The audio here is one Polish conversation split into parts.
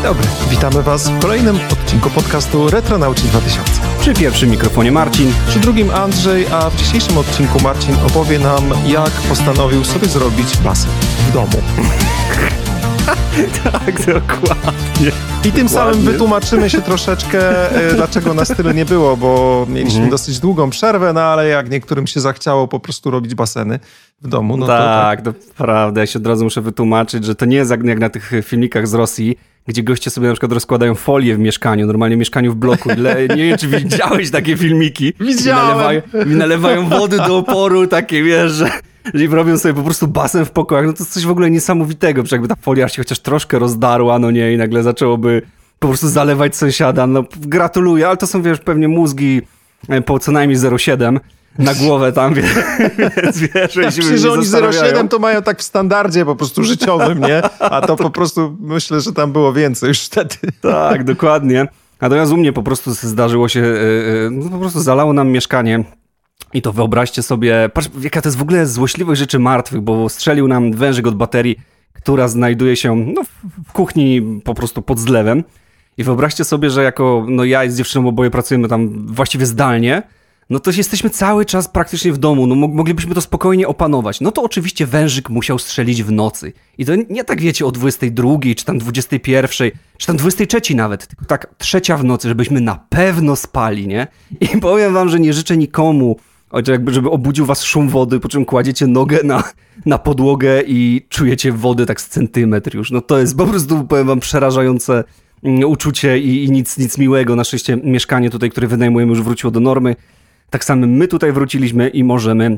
dobry, witamy Was w kolejnym odcinku podcastu Retronauci 2000. Przy pierwszym mikrofonie Marcin. Przy drugim Andrzej, a w dzisiejszym odcinku Marcin opowie nam, jak postanowił sobie zrobić basen w domu. Tak, dokładnie. I tym samym wytłumaczymy się troszeczkę, dlaczego nas tyle nie było, bo mieliśmy dosyć długą przerwę, no ale jak niektórym się zachciało po prostu robić baseny w domu, no tak, to prawda. Ja się od razu muszę wytłumaczyć, że to nie jest jak na tych filmikach z Rosji, gdzie goście sobie na przykład rozkładają folię w mieszkaniu, normalnie w mieszkaniu w bloku. Nie wiem, czy widziałeś takie filmiki. Widziałem. I nalewają wody do oporu, takie, wiesz, że robią sobie po prostu basen w pokojach. No to jest coś w ogóle niesamowitego, że jakby ta folia się chociaż troszkę rozdarła, no nie, i nagle zaczęłoby po prostu zalewać sąsiada. No gratuluję, ale to są, wiesz, pewnie mózgi po co najmniej 0,7 na głowę tam, więc wiesz, przecież oni 0,7 to mają tak w standardzie po prostu życiowym, nie? A to po prostu myślę, że tam było więcej już wtedy. Tak, dokładnie. Natomiast u mnie po prostu zdarzyło się, no po prostu zalało nam mieszkanie. I to wyobraźcie sobie, patrz, jaka to jest w ogóle złośliwość rzeczy martwych, bo strzelił nam wężyk od baterii, która znajduje się w kuchni po prostu pod zlewem. I wyobraźcie sobie, że jako, ja z dziewczyną oboje pracujemy tam właściwie zdalnie, no to jesteśmy cały czas praktycznie w domu, no moglibyśmy to spokojnie opanować. No to oczywiście wężyk musiał strzelić w nocy. I to nie tak, wiecie, o 22, czy tam 21, czy tam 23 nawet, tylko tak 3 w nocy, żebyśmy na pewno spali, nie? I powiem wam, że nie życzę nikomu, żeby obudził was szum wody, po czym kładziecie nogę na podłogę i czujecie wodę tak z centymetr już. No to jest po prostu, powiem wam, przerażające uczucie i nic miłego. Na szczęście mieszkanie tutaj, które wynajmujemy, już wróciło do normy. Tak samo my tutaj wróciliśmy i możemy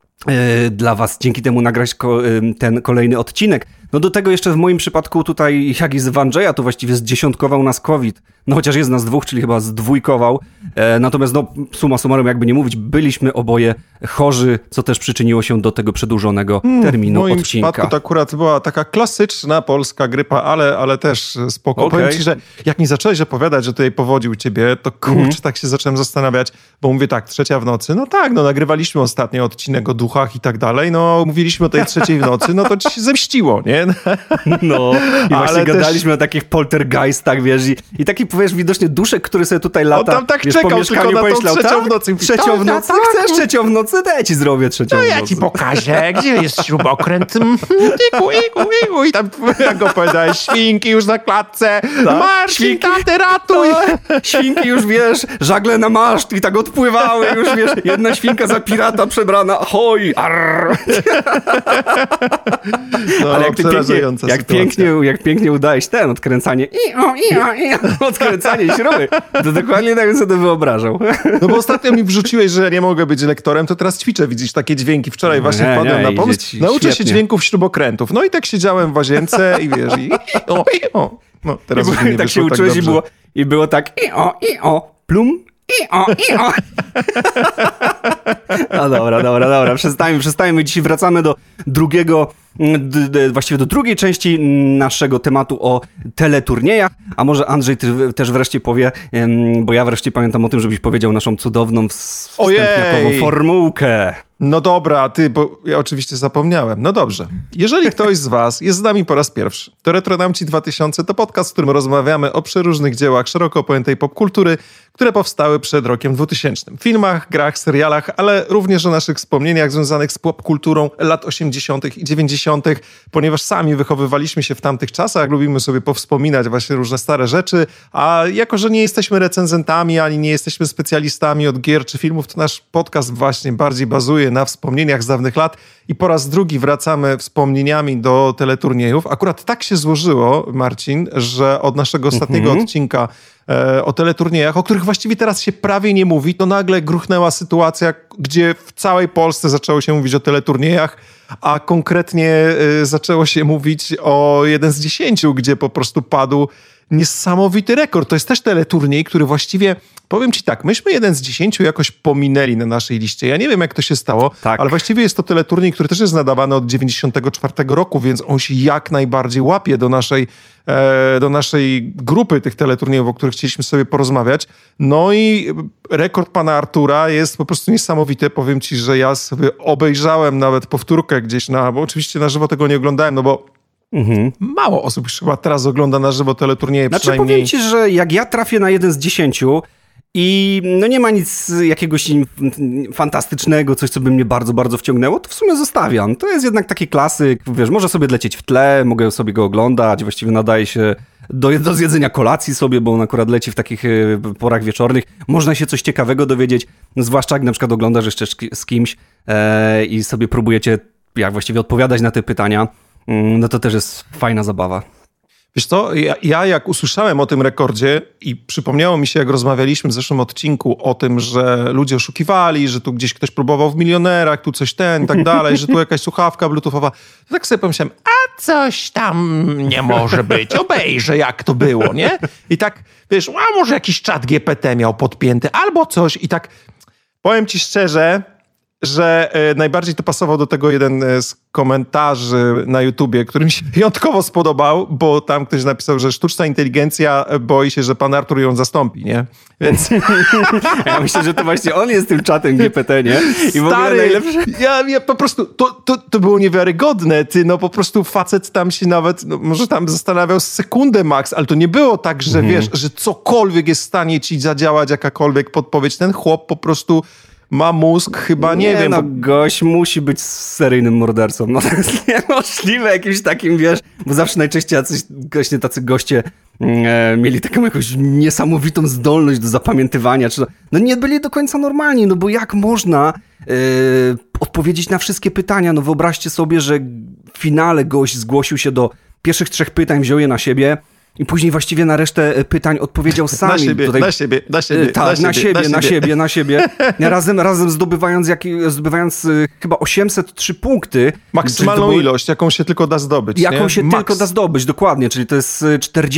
dla was dzięki temu nagrać ten kolejny odcinek. No do tego jeszcze w moim przypadku tutaj, jak i z Andrzeja, to właściwie zdziesiątkował nas COVID. No chociaż jest nas 2, czyli chyba zdwójkował. Natomiast summa summarum, jakby nie mówić, byliśmy oboje chorzy, co też przyczyniło się do tego przedłużonego terminu odcinka. W moim przypadku to akurat była taka klasyczna polska grypa, ale też spoko. Okay. Powiem ci, że jak mi zacząłeś opowiadać, że tutaj powodzi u ciebie, to kurczę, tak się zacząłem zastanawiać, bo mówię tak, 3 w nocy, no tak, nagrywaliśmy ostatnio odcinek o duchach i tak dalej, mówiliśmy o tej 3 w nocy, no to ci się zemściło, nie? No, i właśnie gadaliśmy o takich poltergeistach, wiesz, i taki, powiesz, widocznie duszek, który sobie tutaj lata, on tam tak wiesz, czekał po mieszkaniu, tylko na tą pomyślał, 3 w nocy. 3 w nocy? Chcesz 3 w nocy? Daj ci zrobię 3 w nocy. Ja ci pokażę, gdzie jest śrubokręt. Iku. I tam, jak opowiadałeś, świnki już na klatce. Tak? Marcin, tatę, ratuj! Świnki już, wiesz, żagle na maszt i tak odpływały już, wiesz, jedna świnka za pirata przebrana, ahoj, arr. Ale jak pięknie udałeś odkręcanie odkręcanie śruby, to dokładnie tak bym sobie to wyobrażał. No bo ostatnio mi wrzuciłeś, że nie mogę być lektorem, to teraz ćwiczę, widzisz, takie dźwięki. Wczoraj właśnie wpadłem na pomysł. Nauczę się dźwięków śrubokrętów. No i tak siedziałem w łazience i wiesz, no teraz już nie tak się uczyłeś tak i było tak plum. No dobra. Przestajemy. Dzisiaj wracamy do właściwie do drugiej części naszego tematu o teleturniejach. A może Andrzej też wreszcie powie, bo ja wreszcie pamiętam o tym, żebyś powiedział naszą cudowną wstępniakową formułkę. No dobra, bo ja oczywiście zapomniałem. No dobrze. Jeżeli ktoś z was jest z nami po raz pierwszy, to Retronauci 2000 to podcast, w którym rozmawiamy o przeróżnych dziełach szeroko pojętej popkultury, które powstały przed rokiem 2000. Filmach, grach, serialach, ale również o naszych wspomnieniach związanych z popkulturą lat 80. i 90., ponieważ sami wychowywaliśmy się w tamtych czasach, lubimy sobie powspominać właśnie różne stare rzeczy, a jako, że nie jesteśmy recenzentami, ani nie jesteśmy specjalistami od gier czy filmów, to nasz podcast właśnie bardziej bazuje na wspomnieniach z dawnych lat i po raz drugi wracamy wspomnieniami do teleturniejów. Akurat tak się złożyło, Marcin, że od naszego ostatniego odcinka o teleturniejach, o których właściwie teraz się prawie nie mówi, to nagle gruchnęła sytuacja, gdzie w całej Polsce zaczęło się mówić o teleturniejach, a konkretnie zaczęło się mówić o 1 z 10, gdzie po prostu padł niesamowity rekord. To jest też teleturniej, który właściwie, powiem ci tak, myśmy 1 z 10 jakoś pominęli na naszej liście. Ja nie wiem, jak to się stało, ale właściwie jest to teleturniej, który też jest nadawany od 94 roku, więc on się jak najbardziej łapie do naszej grupy tych teleturniejów, o których chcieliśmy sobie porozmawiać. No i rekord pana Artura jest po prostu niesamowity. Powiem ci, że ja sobie obejrzałem nawet powtórkę gdzieś bo oczywiście na żywo tego nie oglądałem, no bo Mało osób już chyba teraz ogląda na żywo teleturnieje, Znaczy przynajmniej... powiem ci, że jak ja trafię na 1 z 10 i no nie ma nic jakiegoś fantastycznego, coś, co by mnie bardzo, bardzo wciągnęło, to w sumie zostawiam. To jest jednak taki klasyk, wiesz, może sobie lecieć w tle, mogę sobie go oglądać, właściwie nadaje się do zjedzenia kolacji sobie, bo on akurat leci w takich porach wieczornych. Można się coś ciekawego dowiedzieć, no, zwłaszcza jak na przykład oglądasz jeszcze z kimś i sobie próbujecie jak właściwie odpowiadać na te pytania, no to też jest fajna zabawa. Wiesz co, ja jak usłyszałem o tym rekordzie i przypomniało mi się, jak rozmawialiśmy w zeszłym odcinku o tym, że ludzie oszukiwali, że tu gdzieś ktoś próbował w Milionerach, tu coś i tak dalej, że tu jakaś słuchawka bluetoothowa, to tak sobie pomyślałem, a coś tam nie może być, obejrzę jak to było, nie? I tak, wiesz, a może jakiś czat GPT miał podpięty albo coś i tak, powiem ci szczerze, że najbardziej to pasował do tego jeden z komentarzy na YouTubie, który mi się wyjątkowo spodobał, bo tam ktoś napisał, że sztuczna inteligencja boi się, że pan Artur ją zastąpi, nie? Więc... Ja myślę, że to właśnie on jest tym czatem GPT, nie? I w ogóle najlepsze... ja po prostu, to było niewiarygodne, no po prostu facet tam się nawet, no, może tam zastanawiał sekundę max, ale to nie było tak, że wiesz, że cokolwiek jest w stanie ci zadziałać, jakakolwiek podpowiedź. Ten chłop po prostu... ma mózg, chyba nie wiem. No, gość musi być seryjnym mordercą. No to jest niemożliwe jakimś takim, wiesz, bo zawsze najczęściej tacy goście mieli taką jakąś niesamowitą zdolność do zapamiętywania. No nie byli do końca normalni, no bo jak można odpowiedzieć na wszystkie pytania? No wyobraźcie sobie, że w finale gość zgłosił się do pierwszych 3 pytań, wziął je na siebie, i później właściwie na resztę pytań odpowiedział sami. Na siebie. Tak, na siebie. Razem zdobywając chyba 803 punkty. Maksymalną ilość, jaką się tylko da zdobyć. Jaką się tylko da zdobyć, dokładnie. Czyli to jest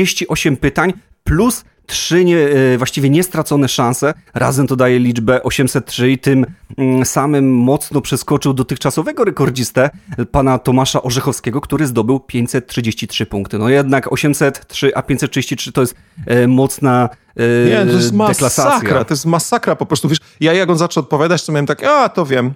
48 pytań plus 3 właściwie niestracone szanse. Razem to daje liczbę 803 i tym samym mocno przeskoczył dotychczasowego rekordzistę, pana Tomasza Orzechowskiego, który zdobył 533 punkty. No jednak 803 a 533 to jest mocna nie, to jest deklasacja. Masakra, to jest masakra po prostu. Wiesz, ja jak on zaczął odpowiadać, to miałem tak, to wiem,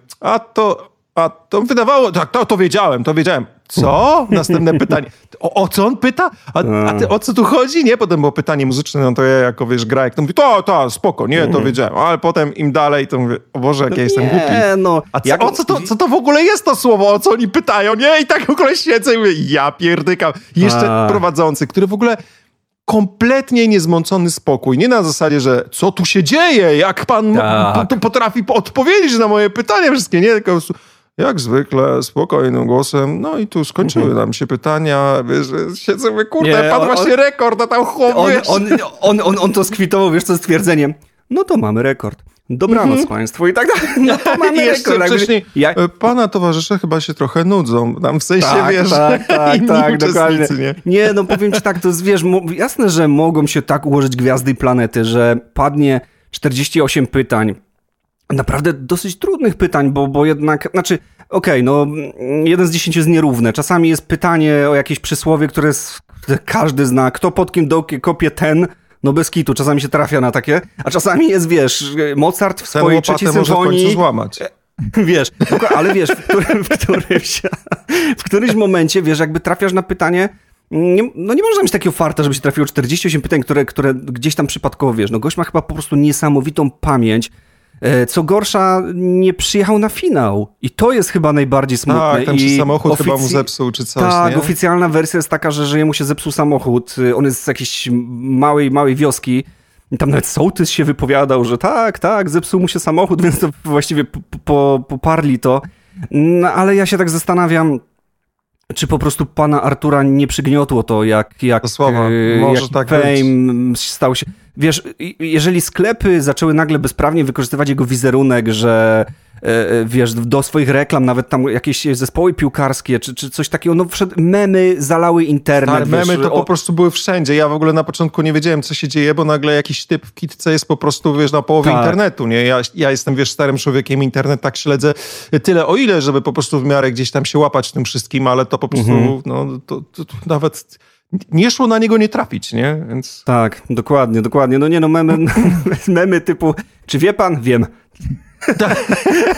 to wydawało, tak, to wiedziałem. Co? Następne pytanie. O co on pyta? A ty o co tu chodzi? Nie, potem było pytanie muzyczne, no to ja jako, wiesz, grajek, to mówię, to spoko, nie, to wiedziałem. Ale potem im dalej, to mówię, o Boże, jak ja jestem głupi. No, a co to w ogóle jest to słowo, o co oni pytają, nie? I tak w ogóle siedzę i mówię, ja pierdykam. I jeszcze prowadzący, który w ogóle... kompletnie niezmącony spokój. Nie na zasadzie, że co tu się dzieje, jak pan potrafi odpowiedzieć na moje pytania wszystkie, nie? Tylko jak zwykle, spokojnym głosem, no i tu skończyły nam się pytania, wiesz, siedzę, mówię, kurde, padł właśnie rekord, a tam chłop, on to skwitował, wiesz co, z twierdzeniem, no to mamy rekord. Dobranoc państwu i tak dalej. No to mamy rekord. Wcześniej, pana towarzysze chyba się trochę nudzą. Tam w sensie, wiesz, tak, dokładnie. Nie, no powiem ci tak, to jest, wiesz, jasne, że mogą się tak ułożyć gwiazdy i planety, że padnie 48 pytań, naprawdę dosyć trudnych pytań, bo jednak, znaczy, no 1 z 10 jest nierówne. Czasami jest pytanie o jakieś przysłowie, które każdy zna. Kto pod kim kopie ten... No bez kitu, czasami się trafia na takie, a czasami jest, wiesz, Mozart w swojej trzeciej symfonii... może złamać. Wiesz, ale wiesz, w którymś momencie, wiesz, jakby trafiasz na pytanie, nie można mieć takiego farta, żeby się trafiło 48 pytań, które gdzieś tam przypadkowo, wiesz, no gość ma chyba po prostu niesamowitą pamięć. Co gorsza, nie przyjechał na finał. I to jest chyba najbardziej smutne. Tak, tam się samochód chyba mu zepsuł, czy coś, tak, nie? Oficjalna wersja jest taka, że jemu się zepsuł samochód. On jest z jakiejś małej wioski. I tam nawet sołtys się wypowiadał, że tak, zepsuł mu się samochód, więc to właściwie poparli to. No, ale ja się tak zastanawiam, czy po prostu pana Artura nie przygniotło to, jak może tak Fame stał się... Wiesz, jeżeli sklepy zaczęły nagle bezprawnie wykorzystywać jego wizerunek, że wiesz, do swoich reklam, nawet tam jakieś zespoły piłkarskie, czy coś takiego, no memy zalały internet. Tak, memy to po prostu były wszędzie. Ja w ogóle na początku nie wiedziałem, co się dzieje, bo nagle jakiś typ w kitce jest po prostu, wiesz, na połowie internetu, nie? Ja jestem, wiesz, starym człowiekiem, internet tak śledzę tyle o ile, żeby po prostu w miarę gdzieś tam się łapać w tym wszystkim, ale to po prostu, no, to nawet... Nie szło na niego nie trafić, nie? Więc... Tak, dokładnie. No nie, no memy typu, czy wie pan? Wiem.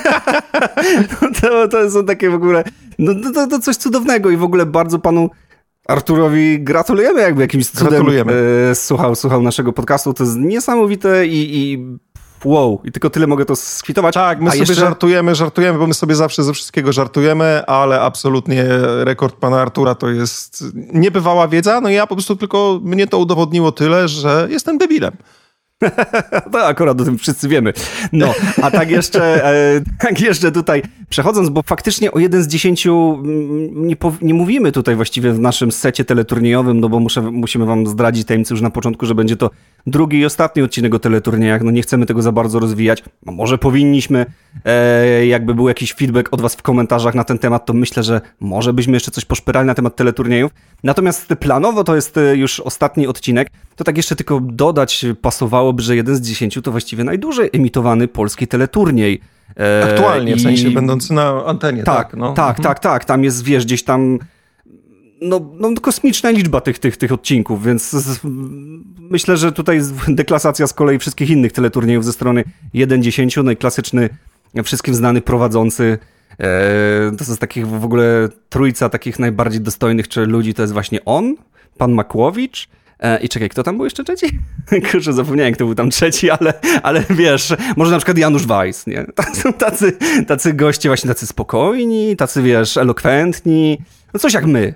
To są takie w ogóle, no to coś cudownego i w ogóle bardzo panu Arturowi gratulujemy, jakby jakimś cudem słuchał naszego podcastu. To jest niesamowite i wow. I tylko tyle mogę to skwitować. Tak, my sobie żartujemy, bo my sobie zawsze ze wszystkiego żartujemy, ale absolutnie rekord pana Artura to jest niebywała wiedza. No i ja po prostu tylko, mnie to udowodniło tyle, że jestem debilem. To akurat o tym wszyscy wiemy. No, a tak jeszcze tutaj przechodząc, bo faktycznie o 1 z 10 nie mówimy tutaj właściwie w naszym secie teleturniejowym, no bo musimy wam zdradzić tajemnicę już na początku, że będzie to drugi i ostatni odcinek o teleturniejach. No nie chcemy tego za bardzo rozwijać. No może powinniśmy. Jakby był jakiś feedback od was w komentarzach na ten temat, to myślę, że może byśmy jeszcze coś poszperali na temat teleturniejów. Natomiast planowo to jest już ostatni odcinek. To tak jeszcze tylko dodać pasowałoby, że 1 z 10 to właściwie najdłużej emitowany polski teleturniej. Aktualnie, w sensie będący na antenie. Tak. Tam jest, wiesz, gdzieś tam no kosmiczna liczba tych odcinków, więc myślę, że tutaj deklasacja z kolei wszystkich innych teleturniejów ze strony 1-10, no i klasyczny, wszystkim znany prowadzący. To jest takich w ogóle trójca takich najbardziej dostojnych ludzi, to jest właśnie on, pan Makłowicz. I czekaj, kto tam był jeszcze trzeci? Kurczę, zapomniałem, kto był tam trzeci, ale wiesz, może na przykład Janusz Weiss, nie? Tacy goście właśnie tacy spokojni, tacy, wiesz, elokwentni, no coś jak my.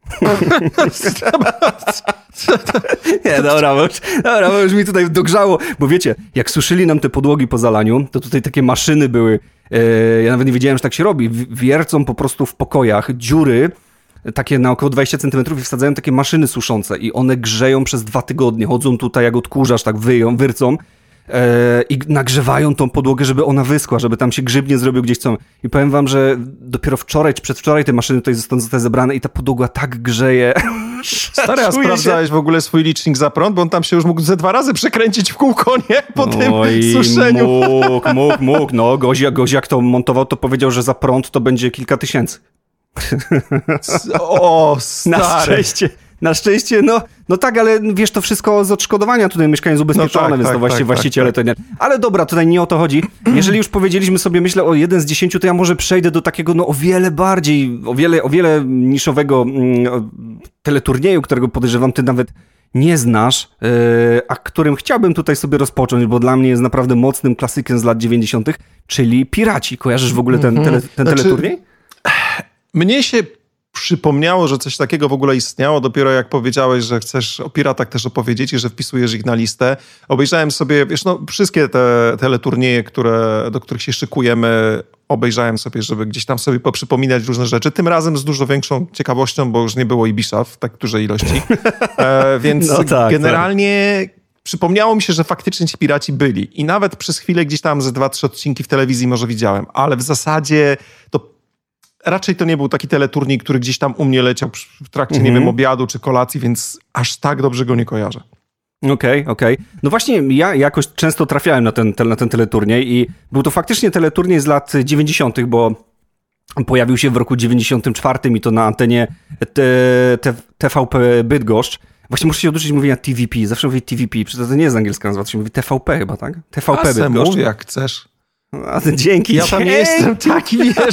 Nie, dobra, bo już mi tutaj dogrzało, bo wiecie, jak suszyli nam te podłogi po zalaniu, to tutaj takie maszyny były, ja nawet nie wiedziałem, że tak się robi, wiercą po prostu w pokojach dziury, takie na około 20 cm i wsadzają takie maszyny suszące i one grzeją przez 2 tygodnie, chodzą tutaj jak odkurzacz, tak wyrcą i nagrzewają tą podłogę, żeby ona wyschła, żeby tam się grzyb nie zrobił gdzieś co. I powiem wam, że dopiero wczoraj czy przedwczoraj te maszyny tutaj zostały zebrane i ta podłoga tak grzeje. Stary, a sprawdzałeś w ogóle swój licznik za prąd? Bo on tam się już mógł ze 2 razy przekręcić w kółko, nie? Po tym suszeniu. Mógł. No, Gozi jak to montował, to powiedział, że za prąd to będzie kilka tysięcy. O, stary. Na szczęście, no tak, ale wiesz, to wszystko z odszkodowania tutaj mieszkanie jest ubezpieczone, więc to właśnie właściciele to nie. Ale dobra, tutaj nie o to chodzi. Jeżeli już powiedzieliśmy sobie, myślę, o 1 z 10, to ja może przejdę do takiego, o wiele bardziej, o wiele niszowego teleturnieju, którego podejrzewam, ty nawet nie znasz, a którym chciałbym tutaj sobie rozpocząć, bo dla mnie jest naprawdę mocnym klasykiem z lat 90., czyli Piraci. Kojarzysz w ogóle ten teleturniej? Mnie się przypomniało, że coś takiego w ogóle istniało, dopiero jak powiedziałeś, że chcesz o piratach też opowiedzieć i że wpisujesz ich na listę. Obejrzałem sobie, wiesz, wszystkie te teleturnieje, do których się szykujemy, obejrzałem sobie, żeby gdzieś tam sobie poprzypominać różne rzeczy. Tym razem z dużo większą ciekawością, bo już nie było Ibisza w tak dużej ilości. Więc generalnie przypomniało mi się, że faktycznie ci piraci byli. I nawet przez chwilę gdzieś tam ze 2-3 odcinki w telewizji może widziałem, ale w zasadzie to raczej to nie był taki teleturniej, który gdzieś tam u mnie leciał w trakcie, nie wiem, obiadu czy kolacji, więc aż tak dobrze go nie kojarzę. Okej. No właśnie ja jakoś często trafiałem na ten teleturniej i był to faktycznie teleturniej z lat 90., bo pojawił się w roku 94 i to na antenie TVP Bydgoszcz. Właśnie muszę się oduczyć mówienia TVP, zawsze mówię TVP, przecież to nie jest angielska nazwa, to się mówi TVP chyba, tak? TVP Bydgoszcz. Mów jak chcesz. A dzięki. Ja tam nie jestem taki, wiesz.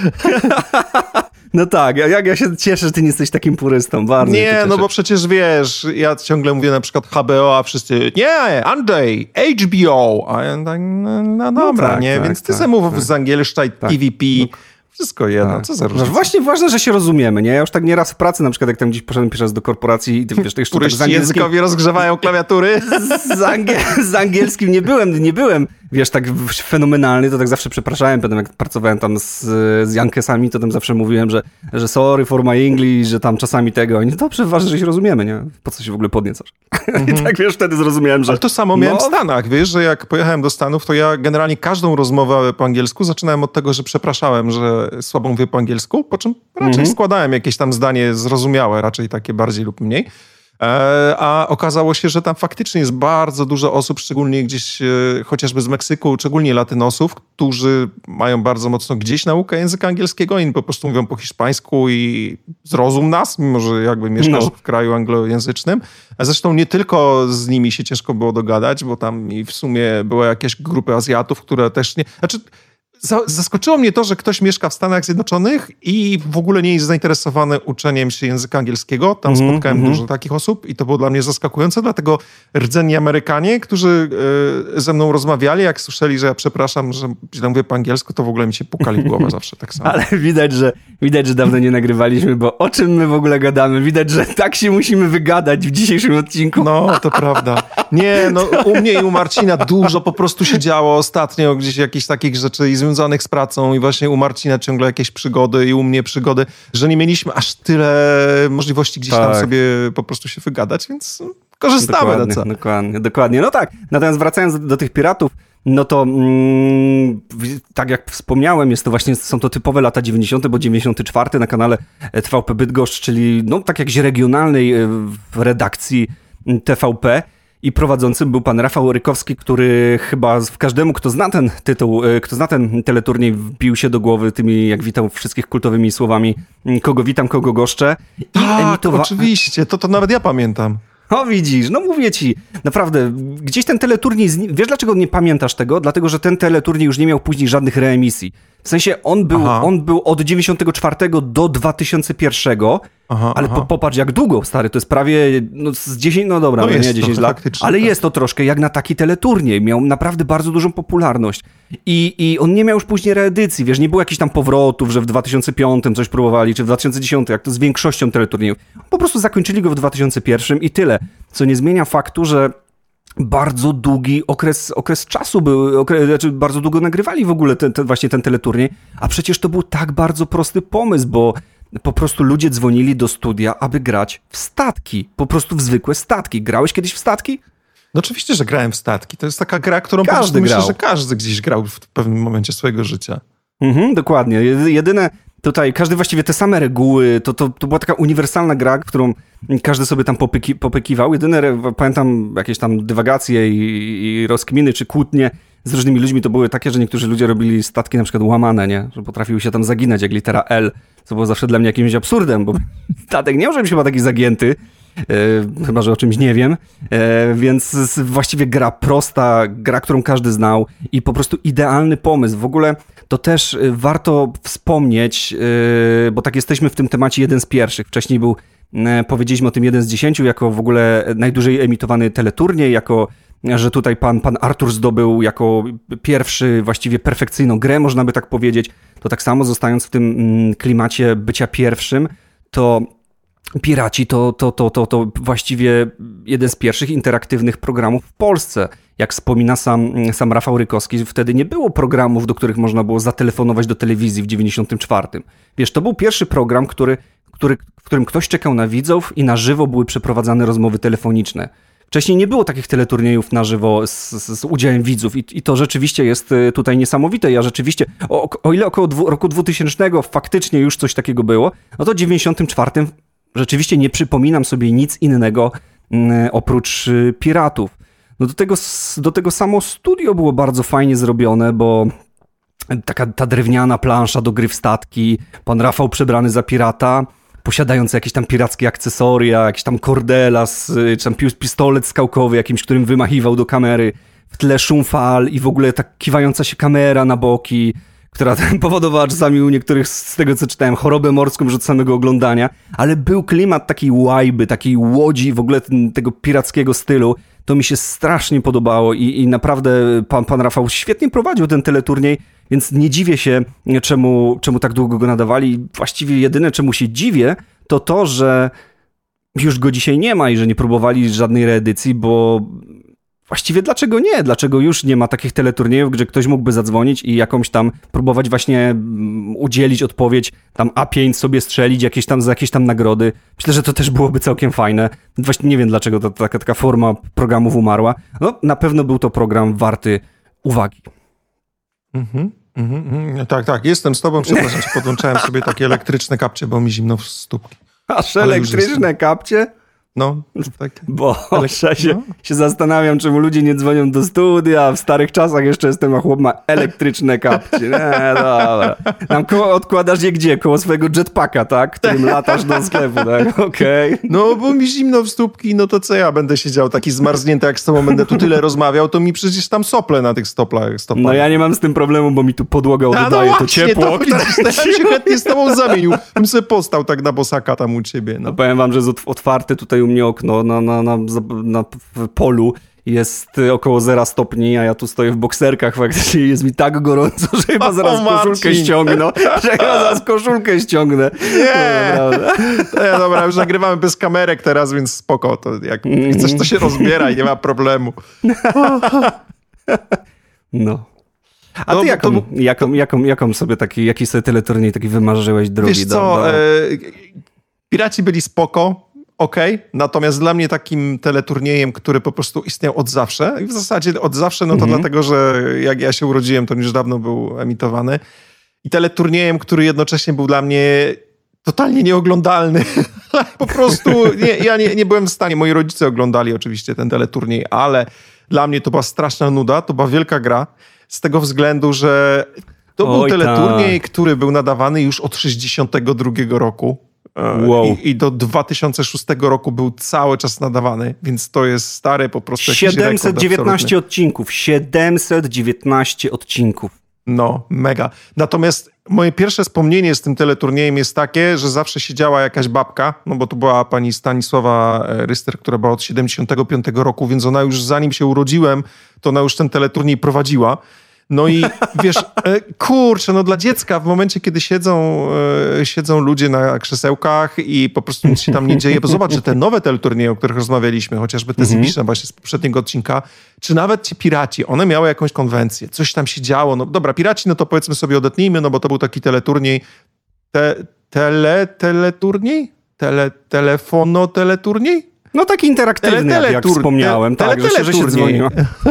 No tak, ja się cieszę, że ty nie jesteś takim purystą, bardzo. Nie, no bo przecież wiesz, ja ciągle mówię na przykład HBO, a wszyscy, nie, Andrzej, HBO. A ja tak, no dobra, tak, nie, tak, więc ty sobie mów z angielszczaj, TVP. Wszystko jedno, co za różnica. Właśnie ważne, że się rozumiemy, nie? Ja już tak nieraz w pracy, na przykład jak tam gdzieś poszedłem pierwszy raz do korporacji i ty wiesz, to jeszcze tak językowi rozgrzewają klawiatury. Z angielskim nie byłem, wiesz, tak fenomenalny, to tak zawsze przepraszałem, potem jak pracowałem tam z Jankesami, to tam zawsze mówiłem, że sorry for my English, że tam czasami tego, nie, dobrze, ważne, że się rozumiemy, nie? Po co się w ogóle podniecasz? I tak, wiesz, wtedy zrozumiałem, że... Ale to samo miałem w Stanach, wiesz, że jak pojechałem do Stanów, to ja generalnie każdą rozmowę po angielsku zaczynałem od tego, że przepraszałem, że słabo mówię po angielsku, po czym raczej składałem jakieś tam zdanie zrozumiałe, raczej takie bardziej lub mniej. A okazało się, że tam faktycznie jest bardzo dużo osób, szczególnie gdzieś chociażby z Meksyku, szczególnie latynosów, którzy mają bardzo mocno gdzieś naukę języka angielskiego i po prostu mówią po hiszpańsku i zrozum nas, mimo że jakby mieszkasz w kraju anglojęzycznym. A zresztą nie tylko z nimi się ciężko było dogadać, bo tam i w sumie były jakieś grupy Azjatów, które też nie... Znaczy, zaskoczyło mnie to, że ktoś mieszka w Stanach Zjednoczonych i w ogóle nie jest zainteresowany uczeniem się języka angielskiego. Tam spotkałem dużo takich osób i to było dla mnie zaskakujące, dlatego rdzenni Amerykanie, którzy ze mną rozmawiali, jak słyszeli, że ja przepraszam, że źle mówię po angielsku, to w ogóle mi się pukali w głowę zawsze tak samo. Ale widać, że dawno nie nagrywaliśmy, bo o czym my w ogóle gadamy? Widać, że tak się musimy wygadać w dzisiejszym odcinku. No, to prawda. Nie, no u mnie i u Marcina dużo po prostu się działo ostatnio, gdzieś jakichś takich rzeczy i związanych z pracą i właśnie u Marcina ciągle jakieś przygody i u mnie przygody, że nie mieliśmy aż tyle możliwości gdzieś tam sobie po prostu się wygadać, więc korzystamy. Dokładnie. No tak, natomiast wracając do tych piratów, no to tak jak wspomniałem, są to typowe lata 90., bo 94 na kanale TVP Bydgoszcz, czyli no tak jakś regionalnej redakcji TVP. I prowadzącym był pan Rafał Rykowski, który chyba każdemu, kto zna ten tytuł, kto zna ten teleturniej, wbił się do głowy tymi, jak witał, wszystkich kultowymi słowami kogo witam, kogo goszczę. Tak, oczywiście, to nawet ja pamiętam. O widzisz, no mówię ci, naprawdę, gdzieś ten teleturniej, wiesz dlaczego nie pamiętasz tego? Dlatego, że ten teleturniej już nie miał później żadnych reemisji. W sensie on był od 94 do 2001, ale popatrz jak długo, stary, to jest prawie z 10, no dobra, no nie 10 lat, ale tak. Jest to troszkę jak na taki teleturniej, miał naprawdę bardzo dużą popularność i on nie miał już później reedycji, wiesz, nie było jakichś tam powrotów, że w 2005 coś próbowali, czy w 2010, jak to z większością teleturniejów, po prostu zakończyli go w 2001 i tyle, co nie zmienia faktu, że bardzo długi okres czasu był, bardzo długo nagrywali w ogóle właśnie ten teleturniej, a przecież to był tak bardzo prosty pomysł, bo po prostu ludzie dzwonili do studia, aby grać w statki, po prostu w zwykłe statki. Grałeś kiedyś w statki? No oczywiście, że grałem w statki. To jest taka gra, którą myślę, że każdy gdzieś grał w pewnym momencie swojego życia. Dokładnie. Jedyne tutaj, każdy właściwie te same reguły, to była taka uniwersalna gra, którą każdy sobie tam popykiwał. Jedyne, pamiętam, jakieś tam dywagacje i rozkminy czy kłótnie z różnymi ludźmi to były takie, że niektórzy ludzie robili statki na przykład łamane, nie? Że potrafiły się tam zaginać jak litera L, co było zawsze dla mnie jakimś absurdem, bo statek nie może być chyba taki zagięty, chyba że o czymś nie wiem, więc właściwie gra prosta, gra, którą każdy znał i po prostu idealny pomysł. W ogóle to też warto wspomnieć, bo tak jesteśmy w tym temacie jeden z pierwszych. Wcześniej był, powiedzieliśmy o tym 1 z 10, jako w ogóle najdłużej emitowany teleturniej, jako że tutaj pan Artur zdobył jako pierwszy właściwie perfekcyjną grę, można by tak powiedzieć. To tak samo zostając w tym klimacie bycia pierwszym, to Piraci to właściwie jeden z pierwszych interaktywnych programów w Polsce. Jak wspomina sam Rafał Rykowski, wtedy nie było programów, do których można było zatelefonować do telewizji w 94. Wiesz, to był pierwszy program, w którym ktoś czekał na widzów i na żywo były przeprowadzane rozmowy telefoniczne. Wcześniej nie było takich teleturniejów na żywo z udziałem widzów i to rzeczywiście jest tutaj niesamowite. Ja rzeczywiście, o ile około roku 2000 faktycznie już coś takiego było, no to w 94 rzeczywiście nie przypominam sobie nic innego oprócz Piratów. No do tego samo studio było bardzo fajnie zrobione, bo ta drewniana plansza do gry w statki, pan Rafał przebrany za pirata, posiadający jakieś tam pirackie akcesoria, jakieś tam kordelas, czy tam pistolet skałkowy jakimś, którym wymachiwał do kamery, w tle szum fal i w ogóle tak kiwająca się kamera na boki, która powodowała czasami u niektórych, z tego co czytałem, chorobę morską już od samego oglądania, ale był klimat takiej łajby, takiej łodzi, w ogóle tego pirackiego stylu. To mi się strasznie podobało i naprawdę pan Rafał świetnie prowadził ten teleturniej, więc nie dziwię się, czemu tak długo go nadawali. Właściwie jedyne, czemu się dziwię, to, że już go dzisiaj nie ma i że nie próbowali żadnej reedycji, bo właściwie dlaczego nie? Dlaczego już nie ma takich teleturniejów, gdzie ktoś mógłby zadzwonić i jakąś tam próbować właśnie udzielić odpowiedź, tam A5 sobie strzelić za jakieś tam nagrody. Myślę, że to też byłoby całkiem fajne. Właśnie nie wiem, dlaczego taka forma programów umarła. No, na pewno był to program warty uwagi. Tak, jestem z tobą. Przepraszam, podłączałem sobie takie elektryczne kapcie, bo mi zimno w stópki. Aż elektryczne kapcie? No, tak. Bo się zastanawiam, czemu ludzie nie dzwonią do studia. W starych czasach jeszcze jestem, a chłop ma elektryczne kapcie. Nie, dobra. Tam odkładasz je gdzie? Koło swojego jetpacka, tak? Którym latasz do sklepu, tak? Okej. No, bo mi zimno w stópki, no to co ja będę siedział taki zmarznięty, jak z tobą będę tu tyle rozmawiał, to mi przecież tam sople na tych stopach. No ja nie mam z tym problemu, bo mi tu podłoga oddaje to ciepło. To ja się chętnie z tobą zamienił. Bym sobie postał tak na bosaka tam u ciebie. No powiem wam, że jest otwarte tutaj u mnie okno na polu. Jest około 0 stopni, a ja tu stoję w bokserkach faktycznie jest mi tak gorąco, że chyba zaraz koszulkę ściągnę. Nie! Dobra, już nagrywamy bez kamerek teraz, więc spoko. To jak chcesz, to się rozbieraj, nie ma problemu. No. A ty jaką sobie jaki sobie teleturniej taki wymarzyłeś drogi? Wiesz co, Piraci byli spoko, okej, natomiast dla mnie takim teleturniejem, który po prostu istniał od zawsze, i w zasadzie od zawsze, no to dlatego, że jak ja się urodziłem, to już dawno był emitowany, i teleturniejem, który jednocześnie był dla mnie totalnie nieoglądalny. Po prostu ja nie byłem w stanie, moi rodzice oglądali oczywiście ten teleturniej, ale dla mnie to była straszna nuda, to była wielka gra, z tego względu, że to był teleturniej, który był nadawany już od 1962 roku. Wow. I do 2006 roku był cały czas nadawany, więc to jest stary po prostu 719 odcinków. 719 odcinków. No, mega. Natomiast moje pierwsze wspomnienie z tym teleturniejem jest takie, że zawsze siedziała jakaś babka, no bo to była pani Stanisława Ryster, która była od 75 roku, więc ona już zanim się urodziłem, to ona już ten teleturniej prowadziła. No i wiesz, kurczę, no dla dziecka w momencie, kiedy siedzą ludzie na krzesełkach i po prostu nic się tam nie dzieje, bo zobacz, że te nowe teleturnieje, o których rozmawialiśmy, chociażby te Zybisza właśnie z poprzedniego odcinka, czy nawet ci Piraci, one miały jakąś konwencję, coś tam się działo, no dobra, Piraci, no to powiedzmy sobie odetnijmy, no bo to był taki teleturniej, teleturniej? Teleturniej? No taki interaktywny, jak wspomniałem. Tak, że się dzwoniło.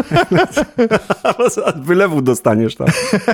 Wylewu dostaniesz tam.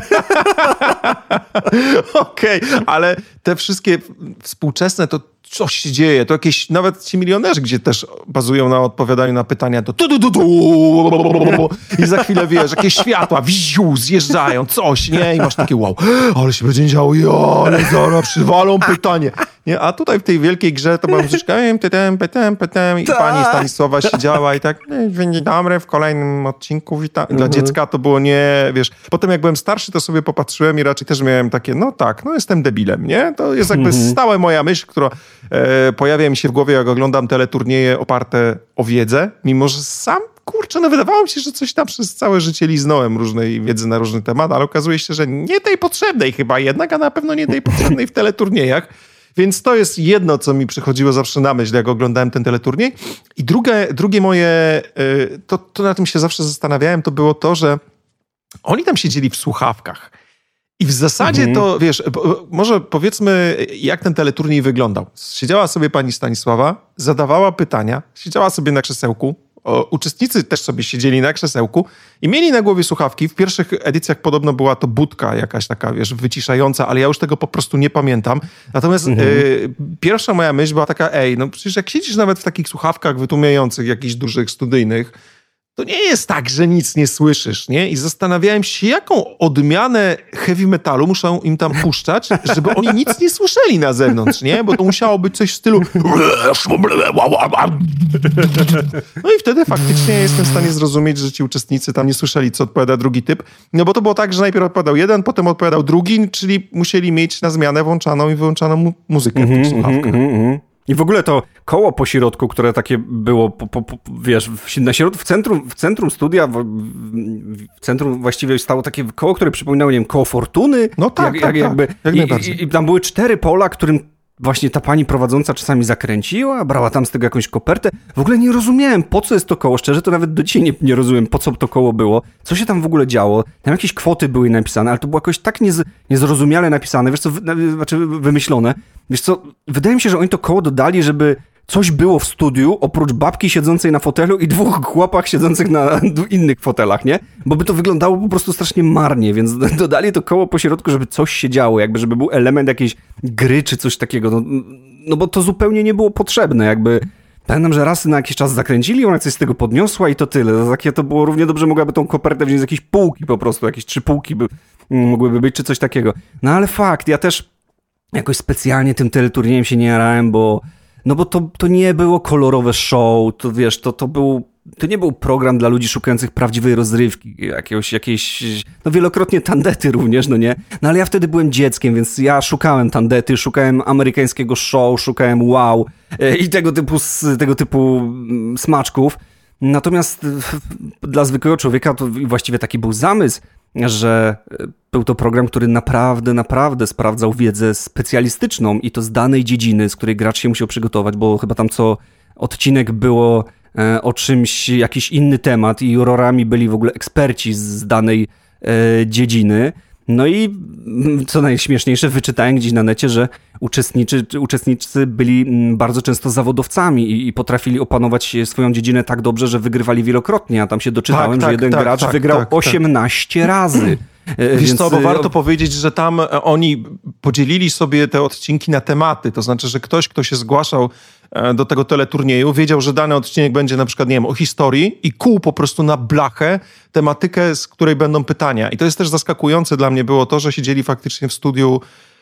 Okej, ale te wszystkie współczesne, to coś się dzieje. To jakieś, nawet ci milionerzy, gdzie też bazują na odpowiadaniu na pytania, to i za chwilę, wiesz, jakieś światła zjeżdżają, coś, nie? I masz takie wow, ale się będzie działo, ale zaraz przywalą pytanie. Nie? A tutaj w tej wielkiej grze to była muzyczka i pani Stanisława siedziała i tak, dzień dobry, w kolejnym odcinku witam. Dla dziecka to było nie, wiesz. Potem jak byłem starszy, to sobie popatrzyłem i raczej też miałem takie, no tak, no jestem debilem, nie? To jest jakby stała moja myśl, która pojawia mi się w głowie, jak oglądam teleturnieje oparte o wiedzę, mimo że sam, kurczę, no wydawało mi się, że coś tam przez całe życie liznąłem różnej wiedzy na różny temat, ale okazuje się, że nie tej potrzebnej chyba jednak, a na pewno nie tej potrzebnej w teleturniejach. Więc to jest jedno, co mi przychodziło zawsze na myśl, jak oglądałem ten teleturniej. I drugie moje, to na tym się zawsze zastanawiałem, to było to, że oni tam siedzieli w słuchawkach. I w zasadzie to, wiesz, może powiedzmy, jak ten teleturniej wyglądał. Siedziała sobie pani Stanisława, zadawała pytania, siedziała sobie na krzesełku, uczestnicy też sobie siedzieli na krzesełku i mieli na głowie słuchawki. W pierwszych edycjach podobno była to budka jakaś taka, wiesz, wyciszająca, ale ja już tego po prostu nie pamiętam. Natomiast pierwsza moja myśl była taka, no przecież jak siedzisz nawet w takich słuchawkach wytłumiających jakichś dużych, studyjnych, to nie jest tak, że nic nie słyszysz, nie? I zastanawiałem się, jaką odmianę heavy metalu muszą im tam puszczać, żeby oni nic nie słyszeli na zewnątrz, nie? Bo to musiało być coś w stylu... No i wtedy faktycznie jestem w stanie zrozumieć, że ci uczestnicy tam nie słyszeli, co odpowiada drugi typ. No bo to było tak, że najpierw odpowiadał jeden, potem odpowiadał drugi, czyli musieli mieć na zmianę włączaną i wyłączaną muzykę w tych słuchawkach. I w ogóle to koło po środku, które takie było, wiesz, w centrum studia, w centrum właściwie stało takie koło, które przypominało, nie wiem, koło fortuny. No tak, jak najbardziej. I tam były 4 pola, którym właśnie ta pani prowadząca czasami zakręciła, brała tam z tego jakąś kopertę. W ogóle nie rozumiałem, po co jest to koło. Szczerze, to nawet do dzisiaj nie rozumiem, po co to koło było. Co się tam w ogóle działo. Tam jakieś kwoty były napisane, ale to było jakoś tak niezrozumiale napisane, wiesz co, znaczy wymyślone. Wiesz co, wydaje mi się, że oni to koło dodali, żeby coś było w studiu, oprócz babki siedzącej na fotelu i 2 chłopach siedzących na innych fotelach, nie? Bo by to wyglądało po prostu strasznie marnie, więc dodali to koło po środku, żeby coś się działo, jakby żeby był element jakiejś gry czy coś takiego, no bo to zupełnie nie było potrzebne, jakby Pamiętam, że raz na jakiś czas zakręcili, ona coś z tego podniosła i to tyle. Takie to było równie dobrze, mogłaby tą kopertę wziąć z jakiejś półki po prostu, jakieś 3 półki mogłyby być, czy coś takiego. No ale fakt, ja też jakoś specjalnie tym teleturniejem się nie jarałem, bo to nie było kolorowe show, to wiesz, to nie był program dla ludzi szukających prawdziwej rozrywki, jakiejś, no wielokrotnie tandety również, no nie? No ale ja wtedy byłem dzieckiem, więc ja szukałem tandety, szukałem amerykańskiego show, szukałem wow i tego typu smaczków. Natomiast dla zwykłego człowieka to właściwie taki był zamysł, że był to program, który naprawdę sprawdzał wiedzę specjalistyczną i to z danej dziedziny, z której gracz się musiał przygotować, bo chyba tam co odcinek było o czymś, jakiś inny temat i jurorami byli w ogóle eksperci z danej dziedziny. No i co najśmieszniejsze, wyczytałem gdzieś na necie, że uczestnicy byli bardzo często zawodowcami i potrafili opanować swoją dziedzinę tak dobrze, że wygrywali wielokrotnie. Ja tam się doczytałem, że jeden gracz wygrał 18 razy. Wiesz co, bo warto powiedzieć, że tam oni podzielili sobie te odcinki na tematy, to znaczy, że ktoś, kto się zgłaszał do tego teleturnieju, wiedział, że dany odcinek będzie na przykład, nie wiem, o historii i kuł po prostu na blachę tematykę, z której będą pytania. I to jest też zaskakujące dla mnie było to, że siedzieli faktycznie w studiu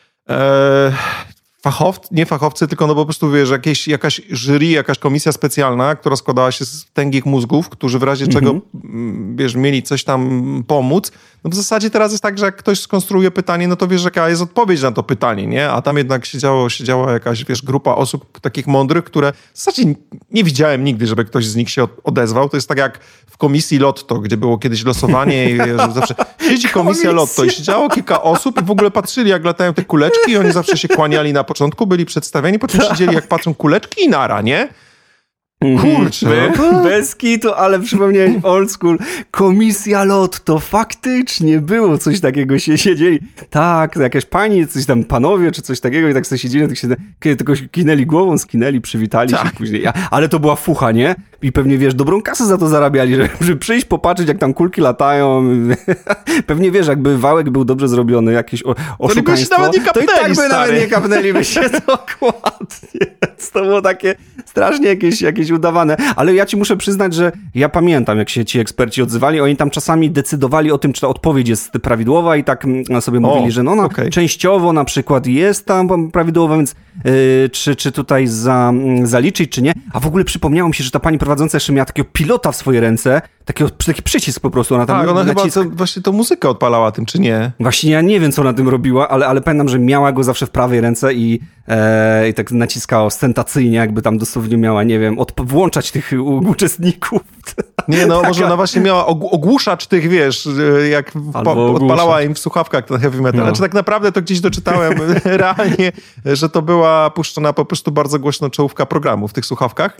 nie fachowcy, tylko no po prostu, wiesz, jakaś jury, jakaś komisja specjalna, która składała się z tęgich mózgów, którzy w razie czego, wiesz, mieli coś tam pomóc. No w zasadzie teraz jest tak, że jak ktoś skonstruuje pytanie, no to wiesz, jaka jest odpowiedź na to pytanie, nie? A tam jednak siedziała jakaś, wiesz, grupa osób takich mądrych, które w zasadzie nie widziałem nigdy, żeby ktoś z nich się odezwał. To jest tak jak w komisji Lotto, gdzie było kiedyś losowanie i wiesz, zawsze siedzi komisja Lotto i siedziało kilka osób i w ogóle patrzyli, jak latają te kuleczki i oni zawsze się kłaniali na początku, byli przedstawieni, potem siedzieli, jak patrzą kuleczki i nara, nie? Kurczę. Bez kitu, ale przypomniałeś old school. Komisja Lotto, faktycznie było coś takiego, się siedzieli. Tak, jakaś pani, coś tam panowie, czy coś takiego i tak sobie siedzieli, tak się tylko kinęli głową, skinęli, przywitali się później. Ale to była fucha, nie? I pewnie, wiesz, dobrą kasę za to zarabiali, żeby przyjść, popatrzeć, jak tam kulki latają. Pewnie, wiesz, jakby wałek był dobrze zrobiony, jakieś oszukaństwo, to i tak by nawet nie kapnęliby się dokładnie. To było takie strasznie jakieś udawane. Ale ja ci muszę przyznać, że ja pamiętam, jak się ci eksperci odzywali, oni tam czasami decydowali o tym, czy ta odpowiedź jest prawidłowa i tak sobie mówili, że no częściowo na przykład jest tam prawidłowa, więc czy tutaj zaliczyć, czy nie. A w ogóle przypomniało mi się, że ta pani prowadząca jeszcze miała takiego pilota w swojej ręce, taki przycisk po prostu. Ona tam ona chyba właśnie tą muzykę odpalała tym, czy nie? Właśnie ja nie wiem, co ona tym robiła, ale pamiętam, że miała go zawsze w prawej ręce i tak naciskała ostentacyjnie, jakby tam dosłownie miała, nie wiem, włączać tych uczestników. Nie, no może ona właśnie miała ogłuszacz tych, wiesz, jak odpalała im w słuchawkach ten heavy metal. Znaczy tak naprawdę to gdzieś doczytałem realnie, że to była puszczona po prostu bardzo głośno czołówka programu w tych słuchawkach.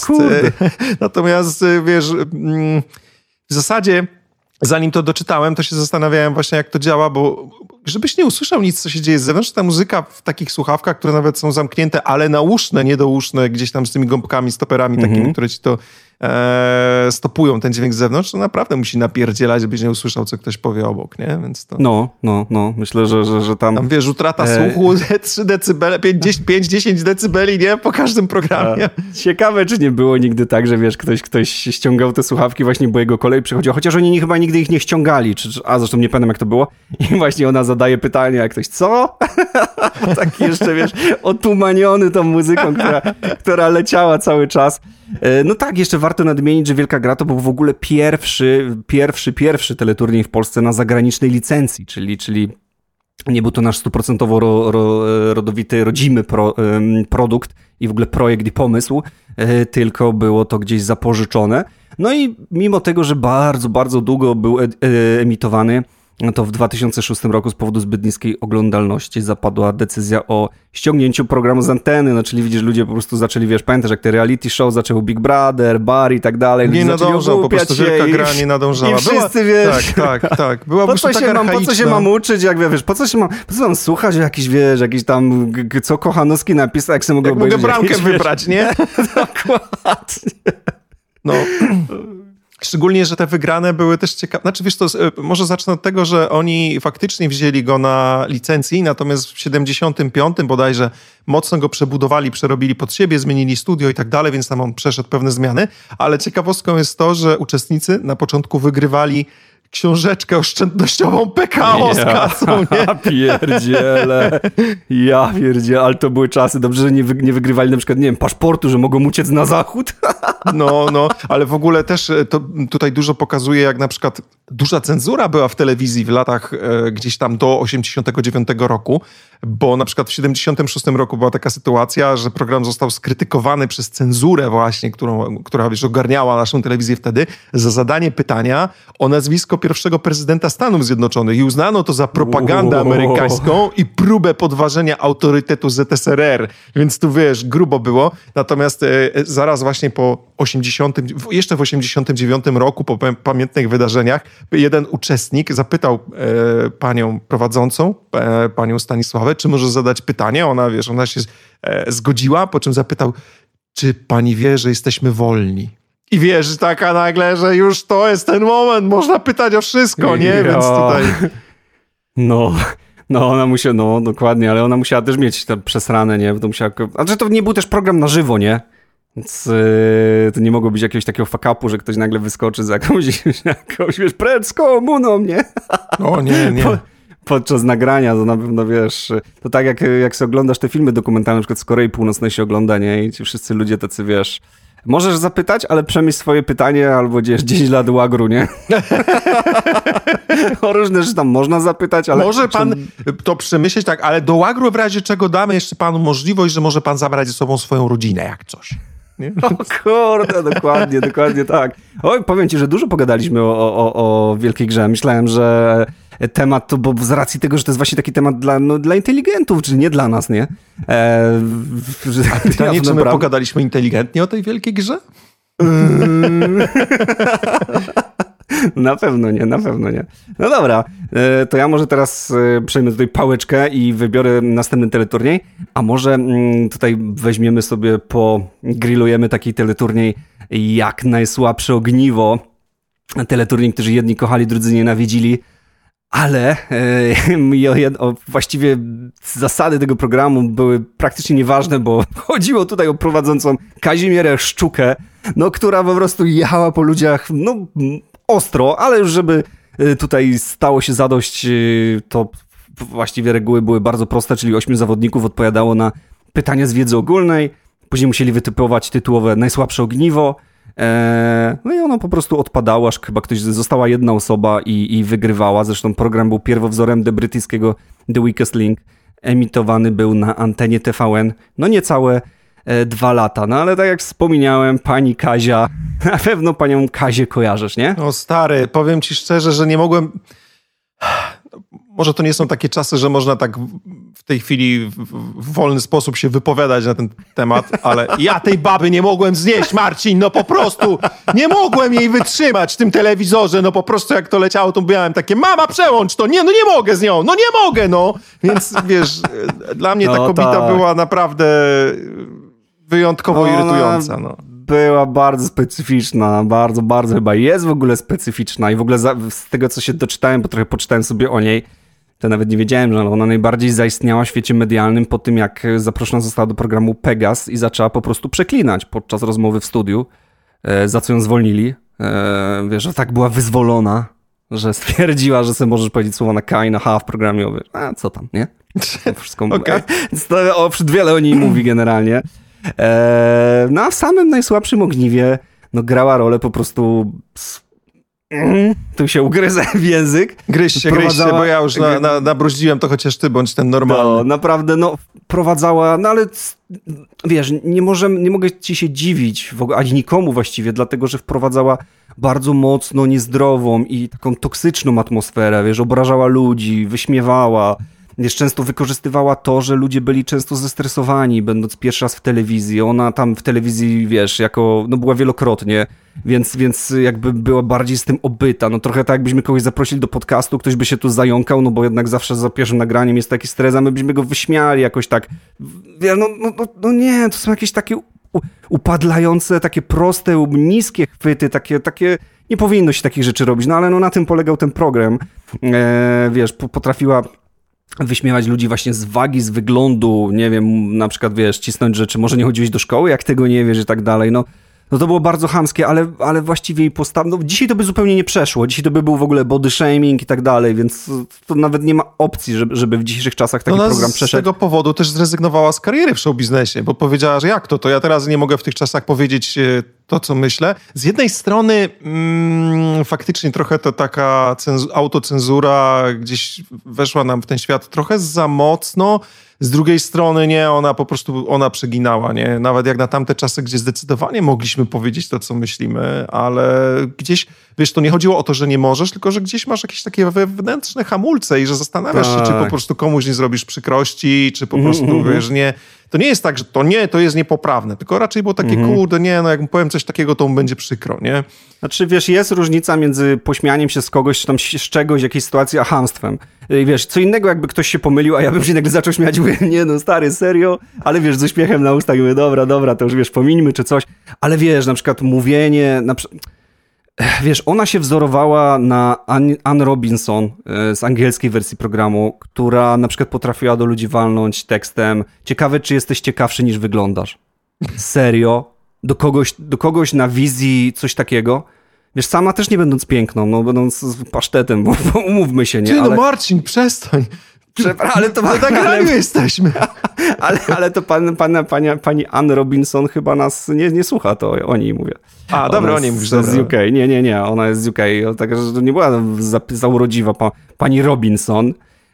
Natomiast wiesz, w zasadzie zanim to doczytałem, to się zastanawiałem właśnie, jak to działa, bo żebyś nie usłyszał nic, co się dzieje z zewnątrz, ta muzyka w takich słuchawkach, które nawet są zamknięte, ale nauszne, niedouszne, gdzieś tam z tymi gąbkami, stoperami takimi, które ci to stopują ten dźwięk z zewnątrz, to naprawdę musi napierdzielać, żebyś nie usłyszał, co ktoś powie obok, nie? Więc to... No. Myślę, że tam... Tam, wiesz, utrata słuchu, 3 decybele, 5-10 decybeli, nie? Po każdym programie. Ciekawe, czy nie było nigdy tak, że wiesz, ktoś ściągał te słuchawki właśnie, bo jego kolej przychodziła, chociaż oni chyba nigdy ich nie ściągali, zresztą nie pamiętam, jak to było. I właśnie ona zadaje pytanie, jak ktoś, co? Taki jeszcze, wiesz, otumaniony tą muzyką, która leciała cały czas. No tak, jeszcze warto nadmienić, że Wielka Gra to był w ogóle pierwszy teleturniej w Polsce na zagranicznej licencji, czyli nie był to nasz 100% rodowity, rodzimy produkt i w ogóle projekt i pomysł, tylko było to gdzieś zapożyczone. No i mimo tego, że bardzo, bardzo długo był emitowany, to w 2006 roku z powodu zbyt niskiej oglądalności zapadła decyzja o ściągnięciu programu z anteny, no czyli widzisz, ludzie po prostu zaczęli, wiesz, pamiętasz, jak te reality show zaczęły Big Brother, Bar i tak dalej. Nie nadążał, po prostu Wielka Gra nie nadążała. I wszyscy, wiesz... Tak. Była po co się mam uczyć, jak wiesz, po co mam słuchać, jakiś tam, co Kochanowski napisał, jak sobie mogę bramkę wybrać, nie? Dokładnie. No... Szczególnie, że te wygrane były też ciekawe. Znaczy, wiesz, może zacznę od tego, że oni faktycznie wzięli go na licencji, natomiast w 75 bodajże mocno go przebudowali, przerobili pod siebie, zmienili studio i tak dalej, więc tam on przeszedł pewne zmiany. Ale ciekawostką jest to, że uczestnicy na początku wygrywali książeczkę oszczędnościową PKO z kasą, nie? Ja pierdzielę, ale to były czasy. Dobrze, że nie wygrywali na przykład, nie wiem, paszportu, że mogą uciec na zachód. No, ale w ogóle też to tutaj dużo pokazuje, jak na przykład duża cenzura była w telewizji w latach gdzieś tam do 89 roku, bo na przykład w 76 roku była taka sytuacja, że program został skrytykowany przez cenzurę właśnie, która wiesz, ogarniała naszą telewizję wtedy, za zadanie pytania o nazwisko pierwszego prezydenta Stanów Zjednoczonych i uznano to za propagandę amerykańską i próbę podważenia autorytetu ZSRR, więc tu wiesz, grubo było. Natomiast zaraz właśnie jeszcze w 89 roku, po pamiętnych wydarzeniach, jeden uczestnik zapytał panią prowadzącą, panią Stanisławę, czy może zadać pytanie. Ona się zgodziła, po czym zapytał, czy pani wie, że jesteśmy wolni? I wiesz, taka nagle, że już to jest ten moment, można pytać o wszystko, nie? Ja. Więc tutaj... No, ona musiała, no dokładnie, ale ona musiała też mieć te przesrane, nie? Bo to musiała, znaczy to nie był też program na żywo, nie? Więc to nie mogło być jakiegoś takiego fuck-upu, że ktoś nagle wyskoczy z jakąś wiesz, precz z komuną, nie? O nie. Podczas nagrania, to na pewno, wiesz, to tak jak sobie oglądasz te filmy dokumentalne, na przykład z Korei Północnej się ogląda, nie? I ci wszyscy ludzie tacy, wiesz, możesz zapytać, ale przemyśl swoje pytanie albo 10 lat łagru, nie? O różne rzeczy tam można zapytać, ale... Może pan to przemyśleć, tak, ale do łagru w razie czego damy jeszcze panu możliwość, że może pan zabrać ze sobą swoją rodzinę, jak coś. Nie? O kurde, dokładnie tak. Oj, powiem ci, że dużo pogadaliśmy o Wielkiej Grze. Myślałem, że temat to, bo z racji tego, że to jest właśnie taki temat dla inteligentów, czyli nie dla nas, nie? A pytanie, czy my pogadaliśmy inteligentnie o tej Wielkiej Grze? Na pewno nie. No dobra, to ja może teraz przejmę tutaj pałeczkę i wybiorę następny teleturniej, a może tutaj weźmiemy sobie, grillujemy taki teleturniej jak najsłabsze ogniwo. Teleturniej, którzy jedni kochali, drudzy nienawidzili, ale właściwie zasady tego programu były praktycznie nieważne, bo chodziło tutaj o prowadzącą Kazimierę Szczukę, która po prostu jechała po ludziach, ostro, ale już żeby tutaj stało się zadość, to właściwie reguły były bardzo proste, czyli 8 zawodników odpowiadało na pytania z wiedzy ogólnej, później musieli wytypować tytułowe najsłabsze ogniwo, no i ono po prostu odpadało, aż chyba została jedna osoba i wygrywała. Zresztą program był pierwowzorem brytyjskiego The Weakest Link, emitowany był na antenie TVN, niecałe 2 lata. No ale tak jak wspomniałem, pani Kazia, na pewno panią Kazię kojarzysz, nie? No stary, powiem ci szczerze, że nie mogłem... Może to nie są takie czasy, że można tak w tej chwili w wolny sposób się wypowiadać na ten temat, ale ja tej baby nie mogłem znieść, Marcin, po prostu nie mogłem jej wytrzymać w tym telewizorze, po prostu jak to leciało, to miałem takie, mama przełącz to, nie mogę z nią, nie mogę, Więc wiesz, dla mnie ta kobieta była naprawdę wyjątkowo irytująca, Była bardzo specyficzna, bardzo chyba jest w ogóle specyficzna i w ogóle z tego, co się doczytałem, bo trochę poczytałem sobie o niej, to nawet nie wiedziałem, że ona najbardziej zaistniała w świecie medialnym po tym, jak zaproszona została do programu Pegas i zaczęła po prostu przeklinać podczas rozmowy w studiu, za co ją zwolnili. Wiesz, że tak była wyzwolona, że stwierdziła, że sobie możesz powiedzieć słowo na K i na H w programie, a co tam, nie? To wszystko okay. Wiele o niej mówi generalnie. A w samym najsłabszym ogniwie grała rolę po prostu tu się ugryzę w język. Gryź się, bo ja już nabruździłem to, chociaż ty bądź ten normalny. Naprawdę, wprowadzała, ale wiesz, nie mogę ci się dziwić, ani nikomu właściwie, dlatego, że wprowadzała bardzo mocno niezdrową i taką toksyczną atmosferę, wiesz, obrażała ludzi, wyśmiewała. Wiesz, często wykorzystywała to, że ludzie byli często zestresowani, będąc pierwszy raz w telewizji. Ona tam w telewizji, wiesz, była wielokrotnie, więc jakby była bardziej z tym obyta. Trochę tak, jakbyśmy kogoś zaprosili do podcastu, ktoś by się tu zająkał, bo jednak zawsze za pierwszym nagraniem jest taki stres, a my byśmy go wyśmiali jakoś tak. Nie, to są jakieś takie upadlające, takie proste, niskie chwyty, takie nie powinno się takich rzeczy robić, no ale no na tym polegał ten program. Wiesz, potrafiła wyśmiewać ludzi właśnie z wagi, z wyglądu, nie wiem, na przykład, wiesz, cisnąć rzeczy, może nie chodziłeś do szkoły, jak tego nie wiesz i tak dalej, no to było bardzo chamskie, ale właściwie jej no dzisiaj to by zupełnie nie przeszło, dzisiaj to by był w ogóle body shaming i tak dalej, więc to nawet nie ma opcji, żeby w dzisiejszych czasach taki program przeszedł. Z tego powodu też zrezygnowała z kariery w showbiznesie, bo powiedziała, że jak to ja teraz nie mogę w tych czasach powiedzieć to, co myślę. Z jednej strony faktycznie trochę to taka autocenzura gdzieś weszła nam w ten świat trochę za mocno. Z drugiej strony nie, ona przeginała, nie? Nawet jak na tamte czasy, gdzie zdecydowanie mogliśmy powiedzieć to, co myślimy, ale gdzieś, wiesz, to nie chodziło o to, że nie możesz, tylko że gdzieś masz jakieś takie wewnętrzne hamulce i że zastanawiasz się, czy po prostu komuś nie zrobisz przykrości, czy po prostu, wiesz, nie... To nie jest tak, że to jest niepoprawne, tylko raczej było takie, kurde, nie, no jak mu powiem coś takiego, to mu będzie przykro, nie? Znaczy, wiesz, jest różnica między pośmianiem się z kogoś, czy tam z czegoś, jakiejś sytuacji, a chamstwem. Wiesz, co innego, jakby ktoś się pomylił, a ja bym się nagle zaczął śmiać, mówię, nie no, stary, serio? Ale wiesz, z uśmiechem na ustach, mówię, dobra, to już wiesz, pomińmy, czy coś. Ale wiesz, na przykład mówienie, wiesz, ona się wzorowała na Ann Robinson z angielskiej wersji programu, która na przykład potrafiła do ludzi walnąć tekstem: ciekawe, czy jesteś ciekawszy niż wyglądasz. Serio? Do kogoś na wizji coś takiego? Wiesz, sama też nie będąc piękną, no będąc pasztetem, bo umówmy się, nie? No Marcin, przestań. Ale to na nagraniu jesteśmy. Ale to pani Ann Robinson chyba nas nie słucha, to o niej mówię. A, dobra, o niej mówisz. Z UK. Nie, ona jest z UK. Także to nie była za urodziwa pani Robinson.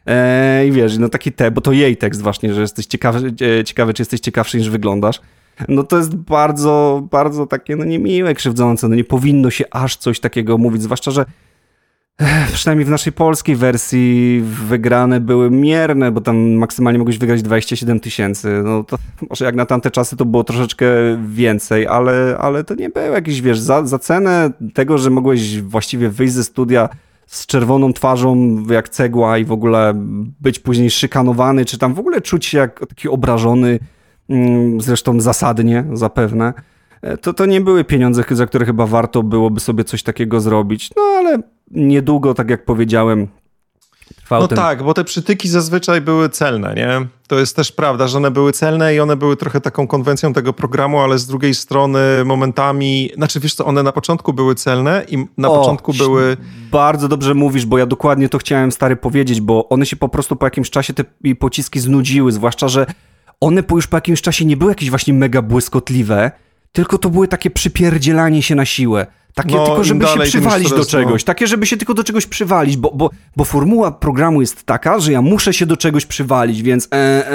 I wiesz, no taki bo to jej tekst właśnie, że jesteś ciekawy, czy jesteś ciekawszy niż wyglądasz. No to jest bardzo, bardzo takie, no niemiłe, krzywdzące. No nie powinno się aż coś takiego mówić, zwłaszcza, że przynajmniej w naszej polskiej wersji wygrane były mierne, bo tam maksymalnie mogłeś wygrać 27 000. No to może jak na tamte czasy to było troszeczkę więcej, ale to nie było jakieś, wiesz, za cenę tego, że mogłeś właściwie wyjść ze studia z czerwoną twarzą jak cegła i w ogóle być później szykanowany, czy tam w ogóle czuć się jak taki obrażony, zresztą zasadnie zapewne. To nie były pieniądze, za które chyba warto byłoby sobie coś takiego zrobić. No ale niedługo, tak jak powiedziałem, trwał No tak, bo te przytyki zazwyczaj były celne, nie? To jest też prawda, że one były celne i one były trochę taką konwencją tego programu, ale z drugiej strony momentami... Znaczy, wiesz co, one na początku były celne i na początku były... Bardzo dobrze mówisz, bo ja dokładnie to chciałem, stary, powiedzieć, bo one się po prostu po jakimś czasie, te pociski znudziły, zwłaszcza, że one już po jakimś czasie nie były jakieś właśnie mega błyskotliwe, tylko to były takie przypierdzielanie się na siłę. Takie tylko, żeby się przywalić do czegoś. Takie, żeby się tylko do czegoś przywalić, bo formuła programu jest taka, że ja muszę się do czegoś przywalić, więc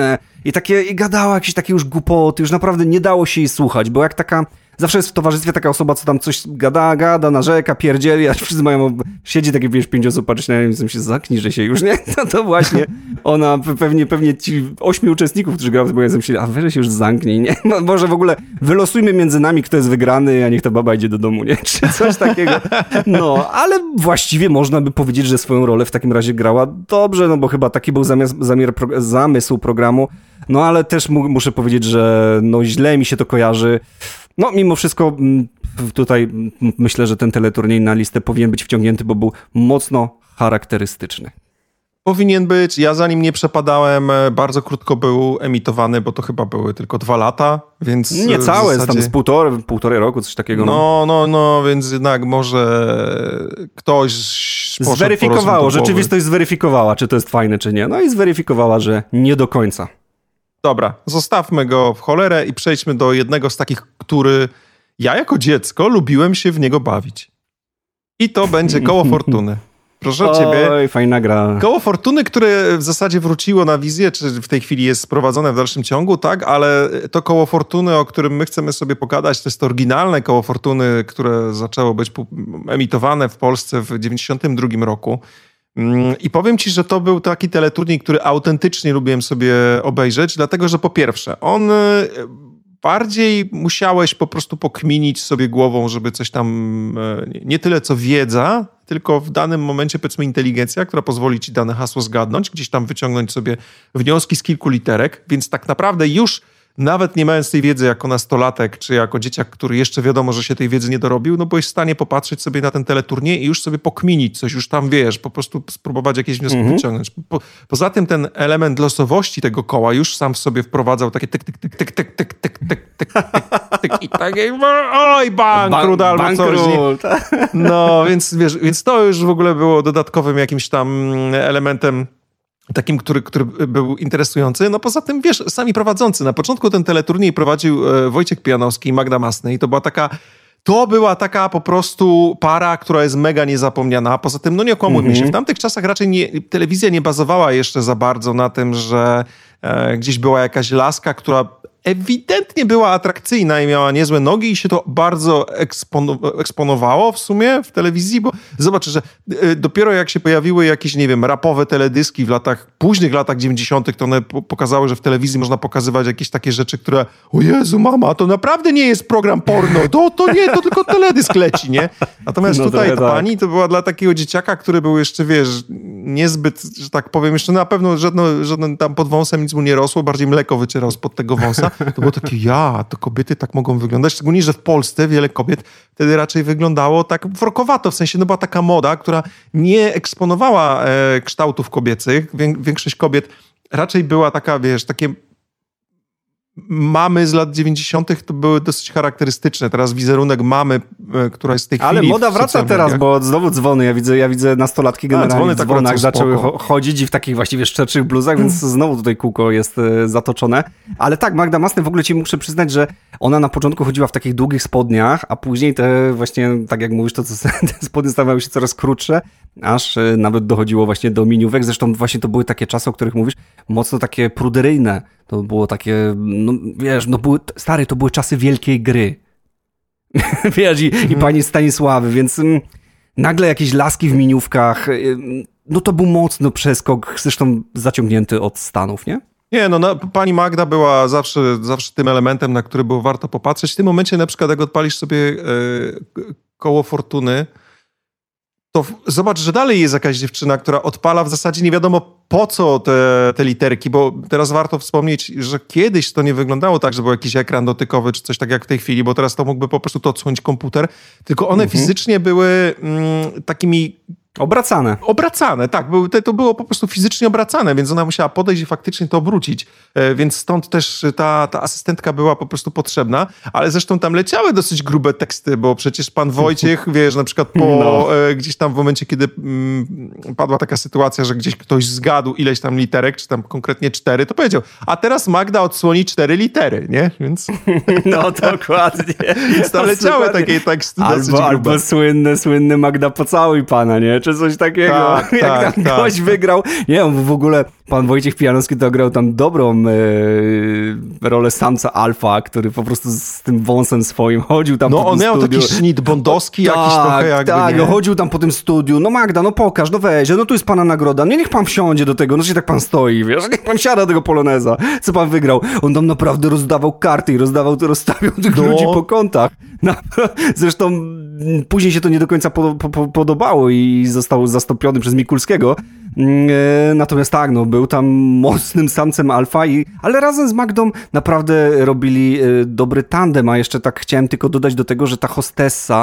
i gadała jakieś takie już głupoty, już naprawdę nie dało się jej słuchać, bo jak taka... Zawsze jest w towarzystwie taka osoba, co tam coś gada, narzeka, pierdzieli, a wszyscy mają... Siedzi takie, wiesz, 5 osób, patrzy na nią i myślą się, zaknij się już, nie? To właśnie ona, pewnie ci 8 uczestników, którzy grają w tym myśleli, a weź się już zamknij, nie? No, może w ogóle wylosujmy między nami, kto jest wygrany, a niech ta baba idzie do domu, nie? Czy coś takiego. No, ale właściwie można by powiedzieć, że swoją rolę w takim razie grała dobrze, no bo chyba taki był zamysł programu. No, ale też muszę powiedzieć, że no źle mi się to kojarzy. No, mimo wszystko tutaj myślę, że ten teleturniej na listę powinien być wciągnięty, bo był mocno charakterystyczny. Powinien być. Ja za nim nie przepadałem. Bardzo krótko był emitowany, bo to chyba były tylko 2 lata, więc... Nie całe, zasadzie... tam z półtorej roku, coś takiego. No, więc jednak może ktoś... Zweryfikowało, rzeczywistość zweryfikowała, czy to jest fajne, czy nie. No i zweryfikowała, że nie do końca. Dobra, zostawmy go w cholerę i przejdźmy do jednego z takich, który ja jako dziecko lubiłem się w niego bawić. I to będzie Koło Fortuny. Proszę ciebie. Oj, fajna gra. Koło Fortuny, które w zasadzie wróciło na wizję, czy w tej chwili jest sprowadzone w dalszym ciągu, tak? Ale to Koło Fortuny, o którym my chcemy sobie pogadać, to jest to oryginalne Koło Fortuny, które zaczęło być emitowane w Polsce w 1992 roku. I powiem ci, że to był taki teleturniej, który autentycznie lubiłem sobie obejrzeć, dlatego że po pierwsze, on bardziej musiałeś po prostu pokminić sobie głową, żeby coś tam, nie tyle co wiedza, tylko w danym momencie powiedzmy inteligencja, która pozwoli ci dane hasło zgadnąć, gdzieś tam wyciągnąć sobie wnioski z kilku literek, więc tak naprawdę już nawet nie mając tej wiedzy jako nastolatek, czy jako dzieciak, który jeszcze wiadomo, że się tej wiedzy nie dorobił, no byłeś w stanie popatrzeć sobie na ten teleturniej i już sobie pokminić coś, już tam wiesz, po prostu spróbować jakieś wnioski wyciągnąć. Poza tym ten element losowości tego koła już sam w sobie wprowadzał takie tyk, tyk, tyk, tyk, tyk, tyk, tyk, tyk, tyk, tyk i takie oj, bankrut albo coś. No, więc to już w ogóle było dodatkowym jakimś tam elementem takim, który był interesujący. No poza tym, wiesz, sami prowadzący. Na początku ten teleturniej prowadził Wojciech Pijanowski i Magda Masny i to była taka po prostu para, która jest mega niezapomniana. Poza tym, no nie okłamujmy się, w tamtych czasach raczej telewizja nie bazowała jeszcze za bardzo na tym, że gdzieś była jakaś laska, która ewidentnie była atrakcyjna i miała niezłe nogi i się to bardzo eksponowało w sumie w telewizji, bo zobacz, że dopiero jak się pojawiły jakieś, nie wiem, rapowe teledyski w późnych latach 90., to one pokazały, że w telewizji można pokazywać jakieś takie rzeczy, które o Jezu, mama, to naprawdę nie jest program porno, to nie, to tylko teledysk leci, nie? Natomiast tutaj ta pani to była dla takiego dzieciaka, który był jeszcze, wiesz, niezbyt, że tak powiem, jeszcze na pewno żaden tam pod wąsem nic mu nie rosło, bardziej mleko wycierał spod tego wąsa. To było takie, to kobiety tak mogą wyglądać. Szczególnie, że w Polsce wiele kobiet wtedy raczej wyglądało tak workowato. W sensie, no była taka moda, która nie eksponowała kształtów kobiecych. Większość kobiet raczej była taka, wiesz, takie mamy z lat 90. to były dosyć charakterystyczne. Teraz wizerunek mamy, która jest w tej chwili... Ale moda wraca teraz, bo znowu dzwony. Ja widzę nastolatki generalnie w dzwonach zaczęły chodzić i w takich właściwie szczerszych bluzach, więc znowu tutaj kółko jest zatoczone. Ale tak, Magda Masny w ogóle ci muszę przyznać, że ona na początku chodziła w takich długich spodniach, a później te właśnie, tak jak mówisz, te spodnie stawały się coraz krótsze, aż nawet dochodziło właśnie do miniówek. Zresztą właśnie to były takie czasy, o których mówisz, mocno takie pruderyjne. To było takie, no wiesz, to były czasy wielkiej gry. Wiesz, i pani Stanisławy, więc nagle jakieś laski w miniówkach, no to był mocno przeskok, zresztą zaciągnięty od Stanów, nie? Nie, no pani Magda była zawsze tym elementem, na który było warto popatrzeć. W tym momencie na przykład jak odpalisz sobie koło fortuny, to zobacz, że dalej jest jakaś dziewczyna, która odpala w zasadzie nie wiadomo po co te literki, bo teraz warto wspomnieć, że kiedyś to nie wyglądało tak, że był jakiś ekran dotykowy czy coś tak jak w tej chwili, bo teraz to mógłby po prostu to odsłonić komputer, tylko one fizycznie były takimi... Obracane, tak. To było po prostu fizycznie obracane, więc ona musiała podejść i faktycznie to obrócić. Więc stąd też ta asystentka była po prostu potrzebna, ale zresztą tam leciały dosyć grube teksty, bo przecież pan Wojciech, wiesz, na przykład gdzieś tam w momencie, kiedy padła taka sytuacja, że gdzieś ktoś zgadł ileś tam literek, czy tam konkretnie 4, to powiedział, a teraz Magda odsłoni 4 litery, nie? Więc... No dokładnie. Więc tam leciały takie teksty dosyć grube. Albo słynny Magda pocałuj pana, nie? Czy coś takiego. Jak tam gość wygrał. Nie, w ogóle pan Wojciech Pijanowski to grał tam dobrą rolę samca alfa, który po prostu z tym wąsem swoim chodził tam po tym studiu. No on miał taki sznit bondowski jakiś trochę jakby, tak, nie? Chodził tam po tym studiu. No Magda, no pokaż, no weź, no tu jest pana nagroda. Nie, niech pan wsiądzie do tego, no się tak pan stoi, wiesz, niech pan siada do tego poloneza. Co pan wygrał? On tam naprawdę rozdawał karty i rozstawiał tych ludzi po kątach. No, zresztą później się to nie do końca podobało i został zastąpiony przez Mikulskiego. Natomiast tak, no był tam mocnym samcem alfa, ale razem z Magdą naprawdę robili dobry tandem, a jeszcze tak chciałem tylko dodać do tego, że ta hostessa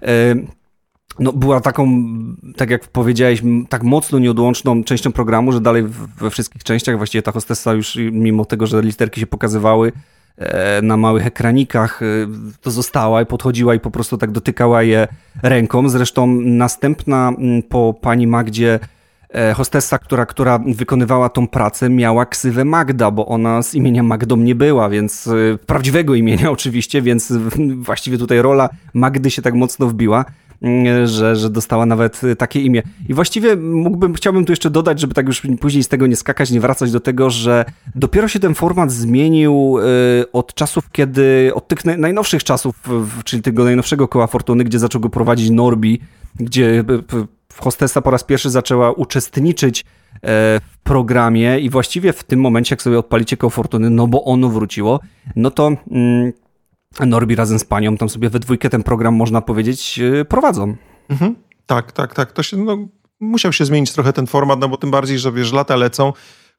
no była taką, tak jak powiedziałeś, tak mocno nieodłączną częścią programu, że dalej we wszystkich częściach właściwie ta hostessa już mimo tego, że literki się pokazywały na małych ekranikach, to została i podchodziła i po prostu tak dotykała je ręką. Zresztą następna po pani Magdzie hostessa, która wykonywała tą pracę, miała ksywę Magda, bo ona z imienia Magdą nie była, więc prawdziwego imienia oczywiście, więc właściwie tutaj rola Magdy się tak mocno wbiła, że dostała nawet takie imię. I właściwie chciałbym tu jeszcze dodać, żeby tak już później z tego nie skakać, nie wracać do tego, że dopiero się ten format zmienił od czasów, od tych najnowszych czasów, czyli tego najnowszego Koła Fortuny, gdzie zaczął go prowadzić Norbi, gdzie hostessa po raz pierwszy zaczęła uczestniczyć w programie i właściwie w tym momencie, jak sobie odpalicie Koło Fortuny, no bo ono wróciło, no to Norbi razem z panią tam sobie we dwójkę ten program, można powiedzieć, prowadzą. Mhm. Tak. To się, musiał się zmienić trochę ten format, no bo tym bardziej, że wiesz, lata lecą.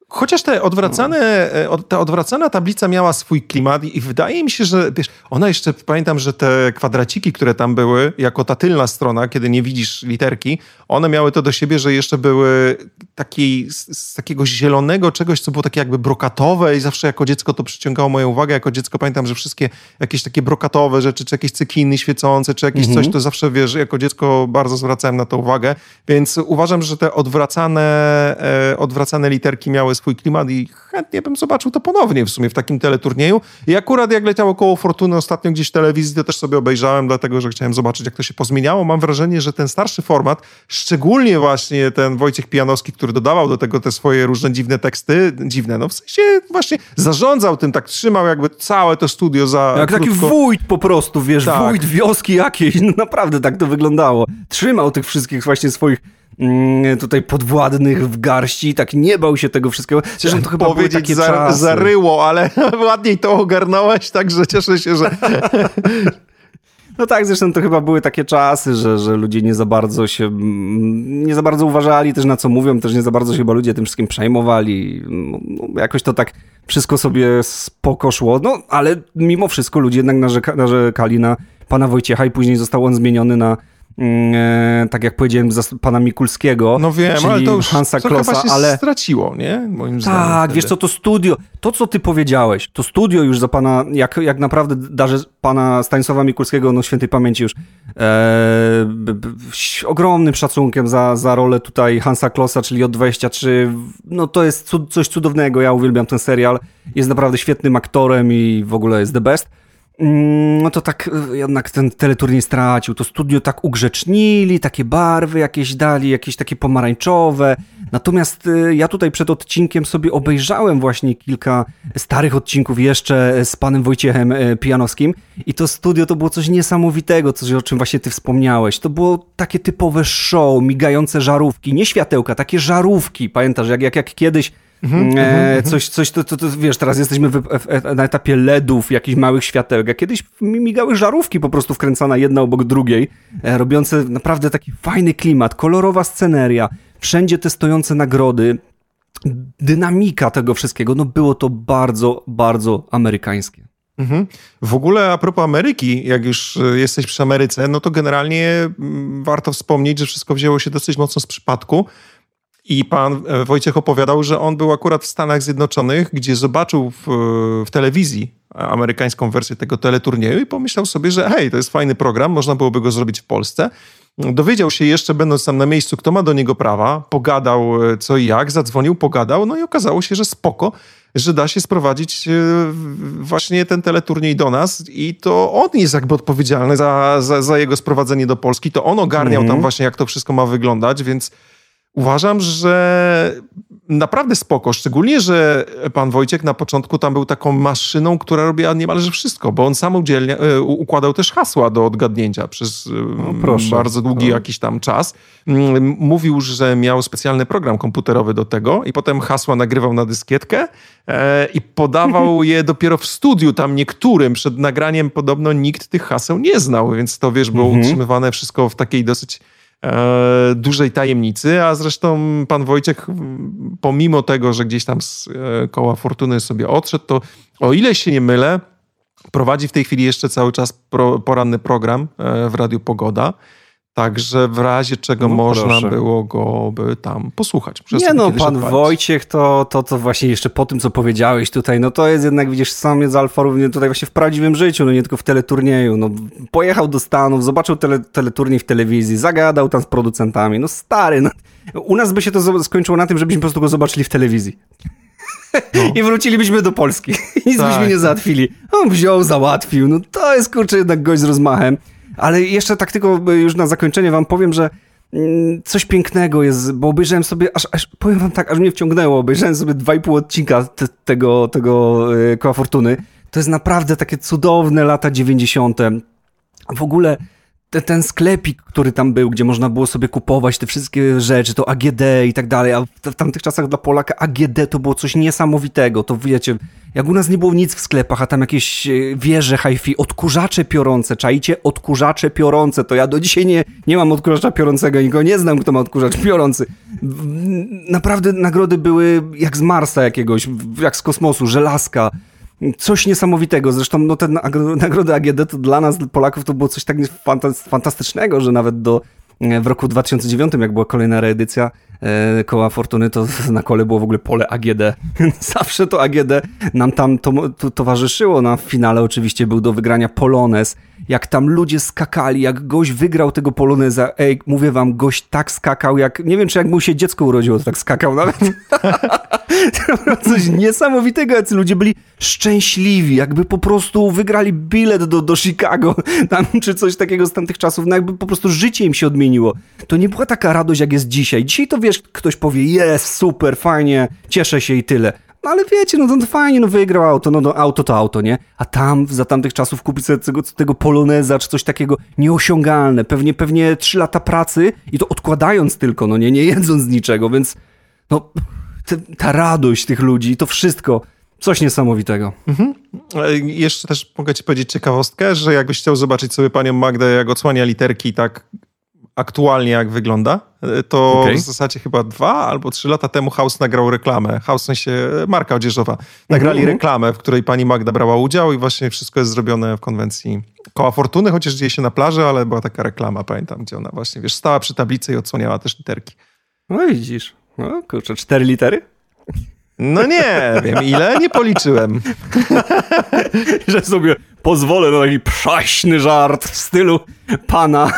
Chociaż ta odwracana tablica miała swój klimat i wydaje mi się, że wiesz, ona jeszcze, pamiętam, że te kwadraciki, które tam były, jako ta tylna strona, kiedy nie widzisz literki, one miały to do siebie, że jeszcze były z takiego zielonego czegoś, co było takie jakby brokatowe i zawsze jako dziecko to przyciągało moją uwagę. Jako dziecko pamiętam, że wszystkie jakieś takie brokatowe rzeczy, czy jakieś cekiny świecące, czy jakieś coś, to zawsze, wiesz, jako dziecko bardzo zwracałem na to uwagę, więc uważam, że te odwracane literki miały swój klimat i chętnie bym zobaczył to ponownie w sumie w takim teleturnieju. I akurat jak leciało Koło Fortuny ostatnio gdzieś w telewizji, to też sobie obejrzałem, dlatego, że chciałem zobaczyć, jak to się pozmieniało. Mam wrażenie, że ten starszy format, szczególnie właśnie ten Wojciech Pijanowski, który dodawał do tego te swoje różne dziwne teksty, no w sensie właśnie zarządzał tym, tak trzymał jakby całe to studio za jak krótko. Taki wójt po prostu, wiesz, tak. Wójt wioski jakiejś, no naprawdę tak to wyglądało. Trzymał tych wszystkich właśnie swoich tutaj podwładnych w garści, tak nie bał się tego wszystkiego. Zresztą to chyba były takie czasy. Zaryło, ale ładniej to ogarnąłeś, także cieszę się, że... No tak, zresztą to chyba były takie czasy, że ludzie nie za bardzo uważali też na co mówią, też nie za bardzo się chyba ludzie tym wszystkim przejmowali. No, jakoś to tak wszystko sobie spoko szło, no ale mimo wszystko ludzie jednak narzekali na pana Wojciecha i później został on zmieniony na tak jak powiedziałem, za pana Mikulskiego. No wiem, czyli ale to już Hansa Klossa, chyba się straciło, nie? Moim zdaniem. Tak, wiesz co, to studio, to co ty powiedziałeś, to studio już za pana, jak naprawdę darzę pana Stanisława Mikulskiego, no świętej pamięci już, ogromnym szacunkiem za rolę tutaj Hansa Klossa, czyli J23, no to jest coś cudownego, ja uwielbiam ten serial, jest naprawdę świetnym aktorem i w ogóle jest the best. No to tak jednak ten teleturniej stracił, to studio tak ugrzecznili, takie barwy jakieś dali, jakieś takie pomarańczowe, natomiast ja tutaj przed odcinkiem sobie obejrzałem właśnie kilka starych odcinków jeszcze z panem Wojciechem Pijanowskim i to studio to było coś niesamowitego, coś o czym właśnie ty wspomniałeś, to było takie typowe show, migające żarówki, nie światełka, takie żarówki, pamiętasz, jak kiedyś coś to wiesz, teraz jesteśmy na etapie LEDów, jakichś małych światełek, a kiedyś migały żarówki po prostu wkręcane jedna obok drugiej, robiące naprawdę taki fajny klimat, kolorowa sceneria, wszędzie te stojące nagrody, dynamika tego wszystkiego, no było to bardzo, bardzo amerykańskie. W ogóle a propos Ameryki, jak już jesteś przy Ameryce, no to generalnie warto wspomnieć, że wszystko wzięło się dosyć mocno z przypadku. I pan Wojciech opowiadał, że on był akurat w Stanach Zjednoczonych, gdzie zobaczył w telewizji amerykańską wersję tego teleturnieju i pomyślał sobie, że hej, to jest fajny program, można byłoby go zrobić w Polsce. Dowiedział się jeszcze, będąc tam na miejscu, kto ma do niego prawa, pogadał co i jak, zadzwonił, pogadał, no i okazało się, że spoko, że da się sprowadzić właśnie ten teleturniej do nas i to on jest jakby odpowiedzialny za jego sprowadzenie do Polski, to on ogarniał tam właśnie, jak to wszystko ma wyglądać, więc uważam, że naprawdę spoko, szczególnie, że pan Wojciech na początku tam był taką maszyną, która robiła niemalże wszystko, bo on sam układał też hasła do odgadnięcia przez bardzo długi jakiś tam czas. Mówił, że miał specjalny program komputerowy do tego i potem hasła nagrywał na dyskietkę i podawał je dopiero w studiu tam niektórym. Przed nagraniem podobno nikt tych haseł nie znał, więc to wiesz, było utrzymywane wszystko w takiej dosyć dużej tajemnicy, a zresztą pan Wojciech, pomimo tego, że gdzieś tam z Koła Fortuny sobie odszedł, to o ile się nie mylę, prowadzi w tej chwili jeszcze cały czas poranny program w Radiu Pogoda, także w razie czego można było go tam posłuchać. Nie no, pan Wojciech to właśnie jeszcze po tym, co powiedziałeś tutaj, no to jest jednak, widzisz, sam jest alfa równie tutaj właśnie w prawdziwym życiu, no nie tylko w teleturnieju, no pojechał do Stanów, zobaczył teleturniej w telewizji, zagadał tam z producentami, no stary, no u nas by się to skończyło na tym, żebyśmy po prostu go zobaczyli w telewizji. No. I wrócilibyśmy do Polski. Nic byśmy nie załatwili. On wziął, załatwił, no to jest kurczę jednak gość z rozmachem. Ale jeszcze tak tylko już na zakończenie wam powiem, że coś pięknego jest, bo obejrzałem sobie, powiem wam tak, aż mnie wciągnęło, obejrzałem sobie 2,5 odcinka tego Koła Fortuny. To jest naprawdę takie cudowne lata 90. W ogóle ten sklepik, który tam był, gdzie można było sobie kupować te wszystkie rzeczy, to AGD i tak dalej, a w tamtych czasach dla Polaka AGD to było coś niesamowitego, to wiecie, jak u nas nie było nic w sklepach, a tam jakieś wieże hi-fi, odkurzacze piorące, czaicie? Odkurzacze piorące, to ja do dzisiaj nie mam odkurzacza piorącego, nikogo nie znam, kto ma odkurzacz piorący. Naprawdę nagrody były jak z Marsa jakiegoś, jak z kosmosu, żelazka, coś niesamowitego. Zresztą no, te nagrody AGD to dla nas, dla Polaków, to było coś tak fantastycznego, że nawet w roku 2009, jak była kolejna reedycja Koła Fortuny, to na kole było w ogóle pole AGD. Zawsze to AGD nam tam towarzyszyło. Na finale oczywiście był do wygrania Polonez. Jak tam ludzie skakali, jak gość wygrał tego Poloneza, mówię wam, gość tak skakał, jak nie wiem, czy jak mu się dziecko urodziło, to tak skakał nawet. Coś niesamowitego, jacy ludzie byli szczęśliwi, jakby po prostu wygrali bilet do Chicago, tam, czy coś takiego z tamtych czasów, no jakby po prostu życie im się odmieniło. To nie była taka radość, jak jest dzisiaj. Dzisiaj to wiesz, ktoś powie, jest, super, fajnie, cieszę się i tyle. No ale wiecie, no to fajnie, no wygrał auto, no auto to auto, nie? A tam, za tamtych czasów kupić sobie tego Poloneza, czy coś takiego nieosiągalne, pewnie 3 lata pracy i to odkładając tylko, no nie jedząc niczego, więc no ta radość tych ludzi, to wszystko, coś niesamowitego. Mhm. Jeszcze też mogę ci powiedzieć ciekawostkę, że jakbyś chciał zobaczyć sobie panią Magdę, jak odsłania literki tak aktualnie jak wygląda, to w zasadzie chyba 2 albo 3 lata temu House nagrał reklamę. House w sensie marka odzieżowa. Nagrali reklamę, w której pani Magda brała udział i właśnie wszystko jest zrobione w konwencji Koła Fortuny, chociaż dzieje się na plaży, ale była taka reklama, pamiętam, gdzie ona właśnie, wiesz, stała przy tablicy i odsłaniała też literki. No widzisz. No kurczę, 4 litery? No nie wiem, ile? Nie policzyłem. Że sobie pozwolę na taki przaśny żart w stylu pana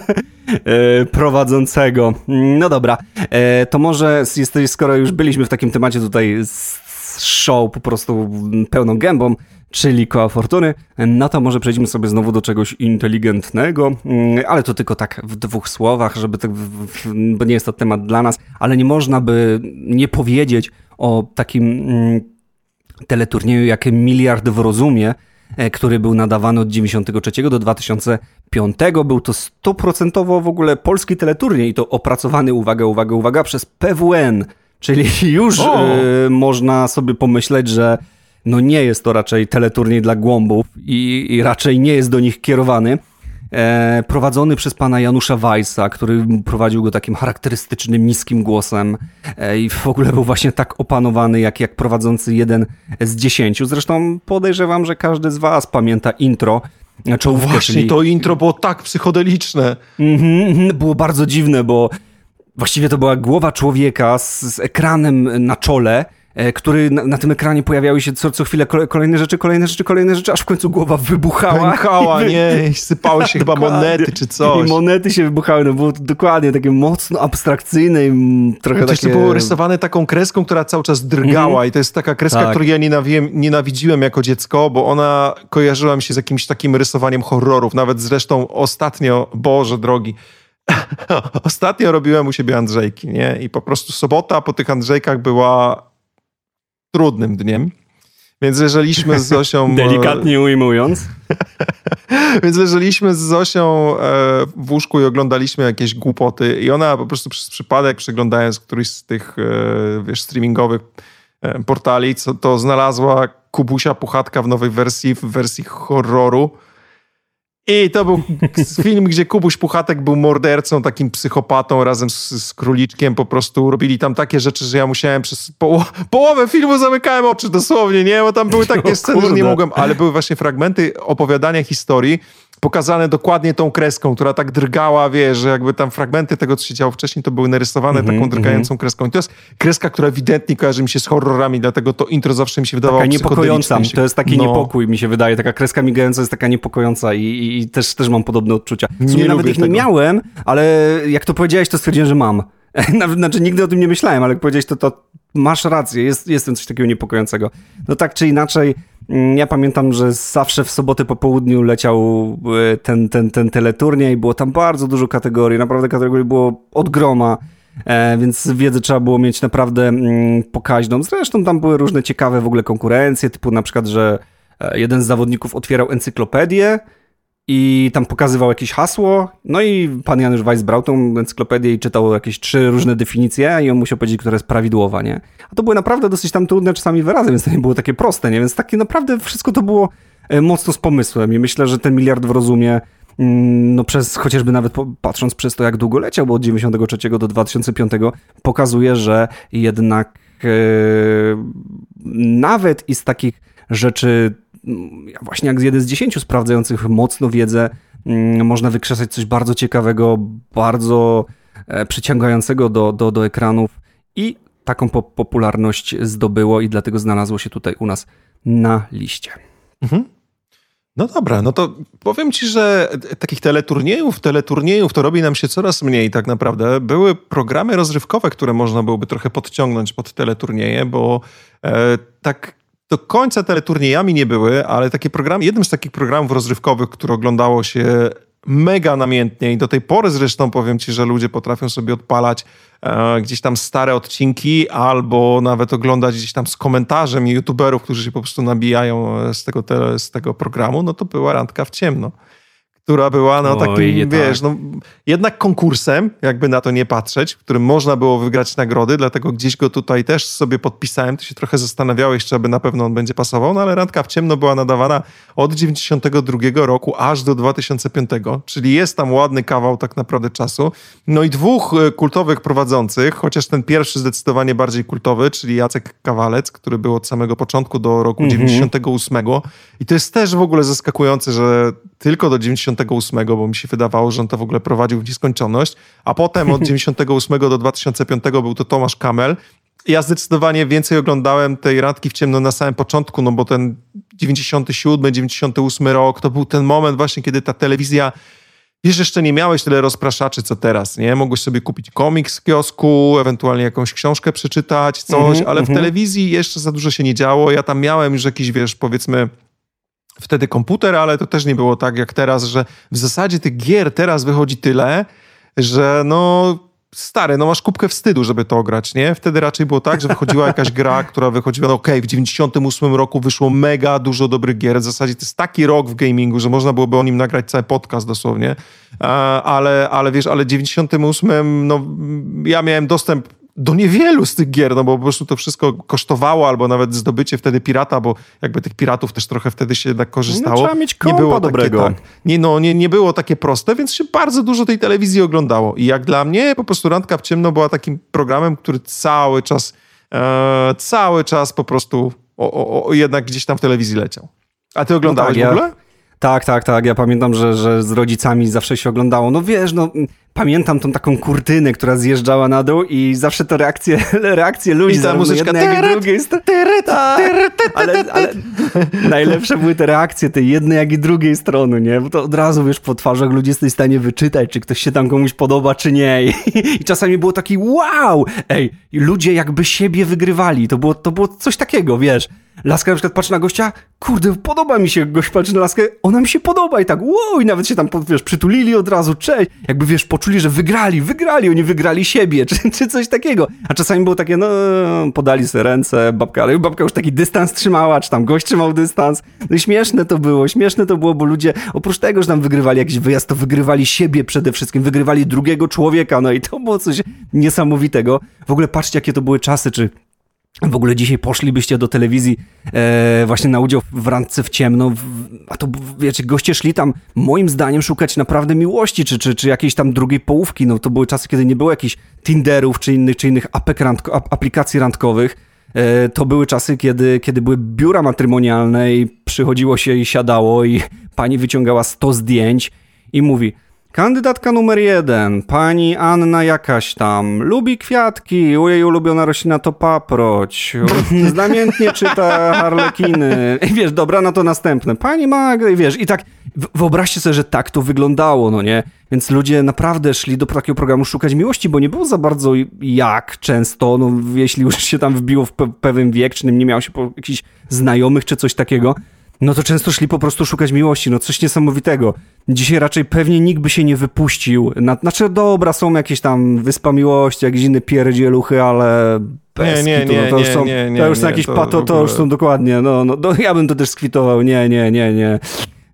prowadzącego. No dobra, to może skoro już byliśmy w takim temacie tutaj z show po prostu pełną gębą, czyli Koła Fortuny, no to może przejdźmy sobie znowu do czegoś inteligentnego, ale to tylko tak w 2 słowach, żeby tak, bo nie jest to temat dla nas, ale nie można by nie powiedzieć o takim teleturnieju jak Miliard w Rozumie, który był nadawany od 1993 do 2005. Był to 100% w ogóle polski teleturniej i to opracowany, uwaga, przez PWN, czyli już można sobie pomyśleć, że no nie jest to raczej teleturniej dla głąbów i raczej nie jest do nich kierowany. Prowadzony przez pana Janusza Weissa, który prowadził go takim charakterystycznym, niskim głosem i w ogóle był właśnie tak opanowany jak prowadzący 1 z 10. Zresztą podejrzewam, że każdy z was pamięta intro. Czołówkę, właśnie czyli... to intro było tak psychodeliczne. Było bardzo dziwne, bo właściwie to była głowa człowieka z ekranem na czole, który na tym ekranie pojawiały się co chwilę kolejne rzeczy, aż w końcu głowa wybuchała. Pękała, nie? Sypały się chyba monety czy coś. I monety się wybuchały, no było to dokładnie takie mocno abstrakcyjne i trochę takie... to było rysowane taką kreską, która cały czas drgała i to jest taka kreska, której ja nienawidziłem jako dziecko, bo ona kojarzyła mi się z jakimś takim rysowaniem horrorów. Nawet zresztą ostatnio, Boże drogi, ostatnio robiłem u siebie Andrzejki, nie? I po prostu sobota po tych Andrzejkach była trudnym dniem, więc leżeliśmy z Zosią... Delikatnie ujmując. Więc leżeliśmy z Zosią w łóżku i oglądaliśmy jakieś głupoty i ona po prostu przez przypadek, przeglądając któryś z tych streamingowych portali, to znalazła Kubusia Puchatka w nowej wersji, w wersji horroru. I to był film, gdzie Kubuś Puchatek był mordercą, takim psychopatą razem z króliczkiem. Po prostu robili tam takie rzeczy, że ja musiałem przez połowę filmu zamykałem oczy dosłownie, nie? Bo tam były takie sceny, że nie mogłem. Ale były właśnie fragmenty opowiadania historii pokazane dokładnie tą kreską, która tak drgała, wiesz, że jakby tam fragmenty tego, co się działo wcześniej, to były narysowane taką drgającą kreską. I to jest kreska, która ewidentnie kojarzy mi się z horrorami, dlatego to intro zawsze mi się wydawało taka niepokojąca. To jest taki niepokój, mi się wydaje. Taka kreska migająca jest taka niepokojąca i też mam podobne odczucia. W sumie nawet ich nie miałem, ale jak to powiedziałeś, to stwierdziłem, że mam. Znaczy nigdy o tym nie myślałem, ale jak powiedziałeś, to masz rację, jest coś takiego niepokojącego. No tak czy inaczej, ja pamiętam, że zawsze w sobotę po południu leciał ten teleturniej, było tam bardzo dużo kategorii, naprawdę kategorii było od groma, więc wiedzę trzeba było mieć naprawdę pokaźną. Zresztą tam były różne ciekawe w ogóle konkurencje, typu na przykład, że jeden z zawodników otwierał encyklopedię i tam pokazywał jakieś hasło, no i pan Janusz Weiss brał tą encyklopedię i czytał jakieś 3 różne definicje i on musiał powiedzieć, która jest prawidłowa, nie? A to były naprawdę dosyć tam trudne czasami wyrazy, więc to nie było takie proste, nie? Więc takie naprawdę wszystko to było mocno z pomysłem i myślę, że ten miliard w rozumie, no przez, chociażby nawet patrząc przez to, jak długo leciał, bo od 93 do 2005 pokazuje, że jednak nawet i z takich rzeczy, właśnie jak jeden z 10 sprawdzających mocno wiedzę, można wykrzesać coś bardzo ciekawego, bardzo przyciągającego do ekranów i taką popularność zdobyło i dlatego znalazło się tutaj u nas na liście. Mhm. No dobra, no to powiem ci, że takich teleturniejów to robi nam się coraz mniej tak naprawdę. Były programy rozrywkowe, które można byłoby trochę podciągnąć pod teleturnieje, bo tak do końca teleturniejami nie były, ale takie programy, jednym z takich programów rozrywkowych, które oglądało się mega namiętnie i do tej pory zresztą powiem ci, że ludzie potrafią sobie odpalać gdzieś tam stare odcinki albo nawet oglądać gdzieś tam z komentarzem youtuberów, którzy się po prostu nabijają z tego programu, no to była Randka w ciemno, która była no takim, wiesz, no jednak konkursem, jakby na to nie patrzeć, w którym można było wygrać nagrody, dlatego gdzieś go tutaj też sobie podpisałem, to się trochę zastanawiałeś, czy aby na pewno on będzie pasował, no ale Randka w ciemno była nadawana od 92 roku aż do 2005, czyli jest tam ładny kawał tak naprawdę czasu. No i 2 kultowych prowadzących, chociaż ten pierwszy zdecydowanie bardziej kultowy, czyli Jacek Kawalec, który był od samego początku do roku 98 i to jest też w ogóle zaskakujące, że tylko do 98, bo mi się wydawało, że on to w ogóle prowadził w nieskończoność, a potem od 98 do 2005 był to Tomasz Kamel. Ja zdecydowanie więcej oglądałem tej Randki w ciemno na samym początku, no bo ten 97, 98 rok, to był ten moment właśnie, kiedy ta telewizja, wiesz, jeszcze nie miałeś tyle rozpraszaczy, co teraz, nie? Mogłeś sobie kupić komiks w kiosku, ewentualnie jakąś książkę przeczytać, coś, ale w telewizji jeszcze za dużo się nie działo. Ja tam miałem już jakiś, wiesz, powiedzmy, wtedy komputer, ale to też nie było tak jak teraz, że w zasadzie tych gier teraz wychodzi tyle, że no stary, no masz kubkę wstydu, żeby to grać, nie? Wtedy raczej było tak, że wychodziła jakaś gra, która wychodziła, no okej, w 98 roku wyszło mega dużo dobrych gier. W zasadzie to jest taki rok w gamingu, że można byłoby o nim nagrać cały podcast dosłownie. Ale wiesz, ale w 98 no ja miałem dostęp do niewielu z tych gier, no bo po prostu to wszystko kosztowało, albo nawet zdobycie wtedy pirata, bo jakby tych piratów też trochę wtedy się jednak korzystało. No, trzeba mieć kompa nie było dobrego. Takie, tak, nie było takie proste, więc się bardzo dużo tej telewizji oglądało. I jak dla mnie po prostu Randka w ciemno była takim programem, który cały czas po prostu jednak gdzieś tam w telewizji leciał. A ty oglądałeś w ogóle? Tak. Ja pamiętam, że z rodzicami zawsze się oglądało. No wiesz, no pamiętam tą taką kurtynę, która zjeżdżała na dół i zawsze te reakcje ludzi, zarówno jednej, jak i drugiej. Ale najlepsze były te reakcje tej jednej, jak i drugiej strony, nie? Bo to od razu, wiesz, po twarzach ludzi jesteś w stanie wyczytać, czy ktoś się tam komuś podoba, czy nie. I czasami było taki wow! Ej, ludzie jakby siebie wygrywali. To było coś takiego, wiesz. Laska na przykład patrzy na gościa, kurde, podoba mi się, gość patrzy na laskę, ona mi się podoba i tak, wow, i nawet się tam, wiesz, przytulili od razu, cześć, jakby, wiesz, poczuli, że wygrali, oni wygrali siebie, czy coś takiego, a czasami było takie, no, podali sobie ręce, ale babka już taki dystans trzymała, czy tam gość trzymał dystans, no i śmieszne to było, bo ludzie, oprócz tego, że tam wygrywali jakiś wyjazd, to wygrywali siebie przede wszystkim, wygrywali drugiego człowieka, no i to było coś niesamowitego, w ogóle patrzcie, jakie to były czasy, czy w ogóle dzisiaj poszlibyście do telewizji właśnie na udział w Randce w ciemno, a to wiecie, goście szli tam moim zdaniem szukać naprawdę miłości, czy jakiejś tam drugiej połówki, no to były czasy, kiedy nie było jakichś Tinderów, czy innych aplikacji randkowych, to były czasy, kiedy były biura matrymonialne i przychodziło się i siadało i pani wyciągała 100 zdjęć i mówi: kandydatka numer 1, pani Anna jakaś tam, lubi kwiatki, jej ulubiona roślina to paproć, znamiętnie czyta harlekiny, i wiesz, dobra, no to następne, pani Magda, i wiesz, i tak, wyobraźcie sobie, że tak to wyglądało, no nie? Więc ludzie naprawdę szli do takiego programu szukać miłości, bo nie było za bardzo jak często, no jeśli już się tam wbiło w pewien wiek, czy nie miało się jakichś znajomych, czy coś takiego, no to często szli po prostu szukać miłości, no coś niesamowitego. Dzisiaj raczej pewnie nikt by się nie wypuścił. Znaczy dobra, są jakieś tam Wyspa Miłości, jakieś inne pierdzieluchy, ale to już są jakieś to już są dokładnie, no ja bym to też skwitował, nie.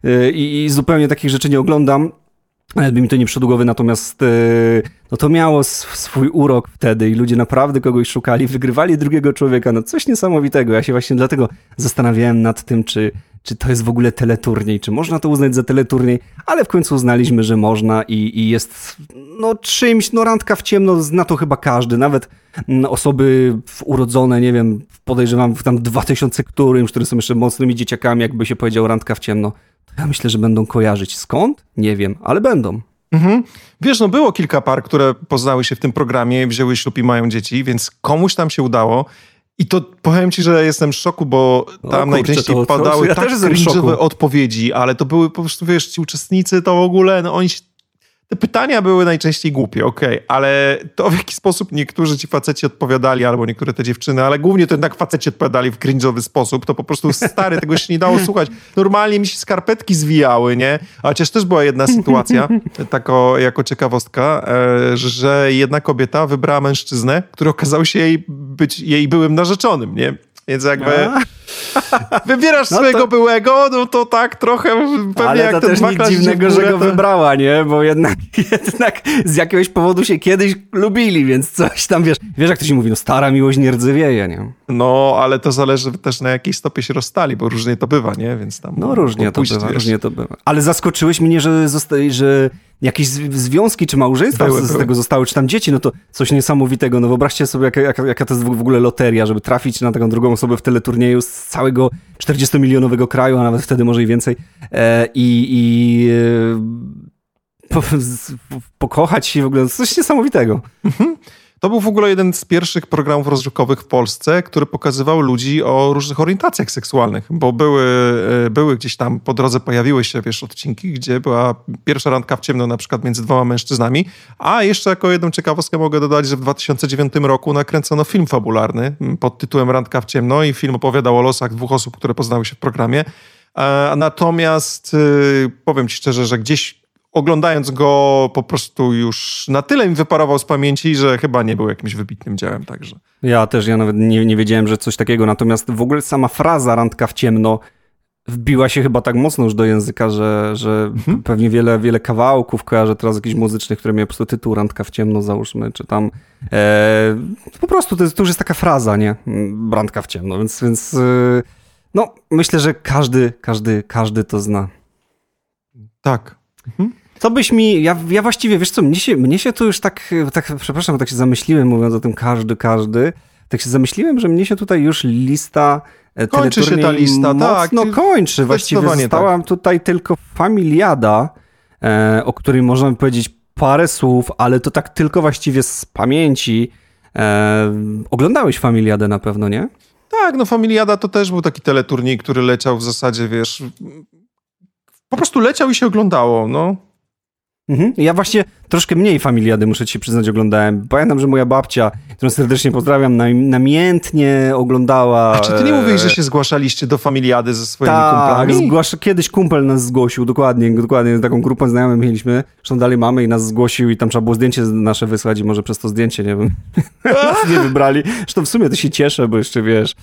i zupełnie takich rzeczy nie oglądam. Nawet by mi to nie przyszło do głowy, natomiast no to miało swój urok wtedy i ludzie naprawdę kogoś szukali, wygrywali drugiego człowieka, no coś niesamowitego. Ja się właśnie dlatego zastanawiałem nad tym, czy to jest w ogóle teleturniej, czy można to uznać za teleturniej, ale w końcu uznaliśmy, że można i jest no czymś, no randka w ciemno zna to chyba każdy, nawet osoby urodzone, nie wiem, podejrzewam w tam 2000 którymś, które są jeszcze mocnymi dzieciakami, jakby się powiedział randka w ciemno. Ja myślę, że będą kojarzyć. Skąd? Nie wiem, ale będą. Mhm. Wiesz, no było kilka par, które poznały się w tym programie, wzięły ślub i mają dzieci, więc komuś tam się udało. I to powiem ci, że jestem w szoku, bo tam najczęściej padały tak cringe'owe odpowiedzi, ale to były po prostu, wiesz, ci uczestnicy to w ogóle, no oni się... Te pytania były najczęściej głupie, okej, ale to w jaki sposób niektórzy ci faceci odpowiadali, albo niektóre te dziewczyny, ale głównie to jednak faceci odpowiadali w cringe'owy sposób, to po prostu stary, tego się nie dało słuchać. Normalnie mi się skarpetki zwijały, nie? A chociaż też była jedna sytuacja, jako ciekawostka, że jedna kobieta wybrała mężczyznę, który okazał się być jej byłym narzeczonym, nie? Więc jakby wybierasz swojego byłego, no to tak trochę pewnie ale jak to ten też nic dziwnego, że go wybrała, nie? Bo jednak z jakiegoś powodu się kiedyś lubili, więc coś tam, wiesz jak to się mówi, no stara miłość nie rdzewieje, nie? No, ale to zależy też na jakiej stopie się rozstali, bo różnie to bywa, nie? Więc tam... No różnie to bywa. Ale zaskoczyłeś mnie, że jakieś związki czy małżeństwa z tego zostały, czy tam dzieci, no to coś niesamowitego. No wyobraźcie sobie, jaka to jest w ogóle loteria, żeby trafić na taką drugą osobę w teleturnieju z całego 40-milionowego kraju, a nawet wtedy może i więcej. Pokochać się w ogóle, coś niesamowitego. To był w ogóle jeden z pierwszych rozrywkowych w Polsce, który pokazywał ludzi o różnych orientacjach seksualnych, bo były gdzieś tam po drodze pojawiły się, wiesz, odcinki, gdzie była pierwsza randka w ciemno na przykład między dwoma mężczyznami, a jeszcze jako jedną ciekawostkę mogę dodać, że w 2009 roku nakręcono film fabularny pod tytułem Randka w ciemno i film opowiadał o losach dwóch osób, które poznały się w programie. Natomiast powiem ci szczerze, że gdzieś oglądając go po prostu już na tyle mi wyparował z pamięci, że chyba nie był jakimś wybitnym dziełem także. Ja nawet nie wiedziałem, że coś takiego, natomiast w ogóle sama fraza randka w ciemno wbiła się chyba tak mocno już do języka, że pewnie wiele kawałków kojarzę teraz jakichś muzycznych, które miały po prostu tytuł Randka w ciemno, załóżmy, czy tam po prostu to już jest taka fraza, nie? Randka w ciemno, więc no myślę, że każdy to zna. Tak. Co byś mi... Ja właściwie, wiesz co, mnie się tu już tak, przepraszam, tak się zamyśliłem, mówiąc o tym każdy, tak się zamyśliłem, że mnie się tutaj już lista kończy się ta lista, mocno tak. Kończy. Właściwie została tutaj tylko Familiada, o której można by powiedzieć parę słów, ale to tak tylko właściwie z pamięci. Oglądałeś Familiadę na pewno, nie? Tak, no Familiada to też był taki teleturniej, który leciał w zasadzie, wiesz... Po prostu leciał i się oglądało, no. Ja właśnie troszkę mniej Familiady, muszę ci przyznać, oglądałem. Pamiętam, że moja babcia, którą serdecznie pozdrawiam, namiętnie oglądała... A czy ty nie mówiłeś, że się zgłaszaliście do Familiady ze swoimi kumplami? Tak, kiedyś kumpel nas zgłosił, dokładnie, taką grupę znajomych mieliśmy, zresztą dalej mamy i nas zgłosił i tam trzeba było zdjęcie nasze wysłać i może przez to zdjęcie, nie wiem, nas nie wybrali. Zresztą w sumie to się cieszę, bo jeszcze, wiesz,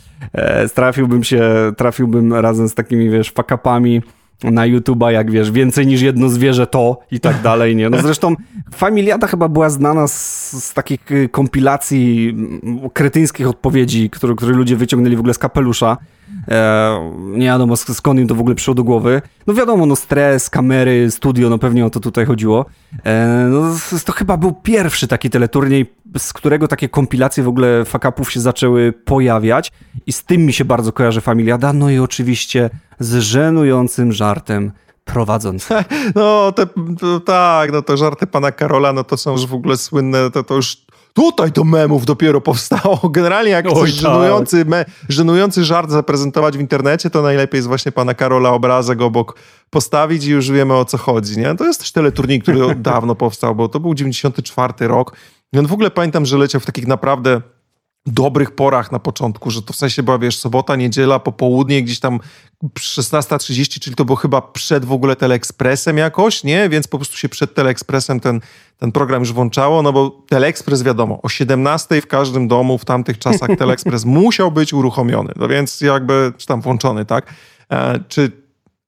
trafiłbym razem z takimi, wiesz, fuck-upami na YouTube'a, jak wiesz, więcej niż jedno zwierzę to i tak dalej, nie? No zresztą Familiada chyba była znana z takich kompilacji kretyńskich odpowiedzi, które ludzie wyciągnęli w ogóle z kapelusza. Nie wiadomo skąd im to w ogóle przyszło do głowy. No wiadomo, no stres, kamery, studio, no pewnie o to tutaj chodziło. No to chyba był pierwszy taki teleturniej, z którego takie kompilacje w ogóle fuck-upów się zaczęły pojawiać i z tym mi się bardzo kojarzy Familiada, no i oczywiście z żenującym żartem prowadzącym. No tak, no to żarty pana Karola, no to są już w ogóle słynne, to już tutaj do memów dopiero powstało. Generalnie jak chcesz żenujący żart zaprezentować w internecie, to najlepiej jest właśnie pana Karola obrazek obok postawić i już wiemy o co chodzi, nie? To jest też teleturniej, który dawno powstał, bo to był 94 rok. I on w ogóle pamiętam, że leciał w takich naprawdę dobrych porach na początku, że to w sensie była, wiesz, sobota, niedziela, popołudnie, gdzieś tam 16:30, czyli to było chyba przed w ogóle Teleekspresem jakoś, nie? Więc po prostu się przed Teleekspresem ten program już włączało, no bo Teleekspres wiadomo, o 17:00 w każdym domu w tamtych czasach Teleekspres musiał być uruchomiony, no więc jakby, czy tam włączony, tak?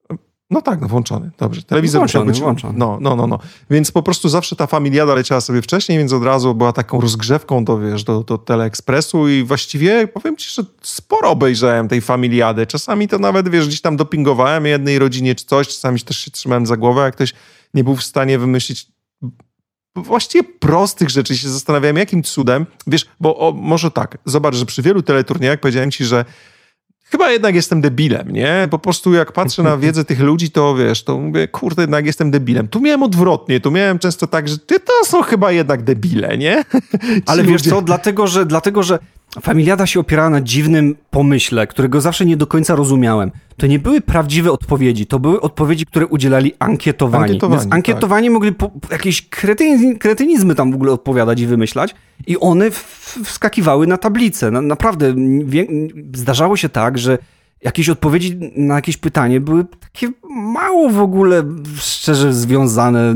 No tak, no włączony, dobrze. Telewizor musiał być włączony. No. Więc po prostu zawsze ta familiada leciała sobie wcześniej, więc od razu była taką rozgrzewką do Teleekspresu i właściwie powiem ci, że sporo obejrzałem tej familiady. Czasami to nawet, gdzieś tam dopingowałem jednej rodzinie czy coś, czasami też się trzymałem za głowę, jak ktoś nie był w stanie wymyślić właściwie prostych rzeczy. Się zastanawiałem, jakim cudem, bo może tak, zobacz, że przy wielu teleturniejach powiedziałem ci, że chyba jednak jestem debilem, nie? Po prostu jak patrzę na wiedzę tych ludzi, to to mówię, kurde, jednak jestem debilem. Tu miałem odwrotnie, tu miałem często tak, że to są chyba jednak debile, nie? Ale wiesz co, dlatego, że familiada się opierała na dziwnym pomyśle, którego zawsze nie do końca rozumiałem. To nie były prawdziwe odpowiedzi, to były odpowiedzi, które udzielali ankietowani. Więc ankietowani mogli jakieś kretynizmy tam w ogóle odpowiadać i wymyślać i one wskakiwały na tablicę. Naprawdę zdarzało się tak, że jakieś odpowiedzi na jakieś pytanie były takie mało w ogóle szczerze związane.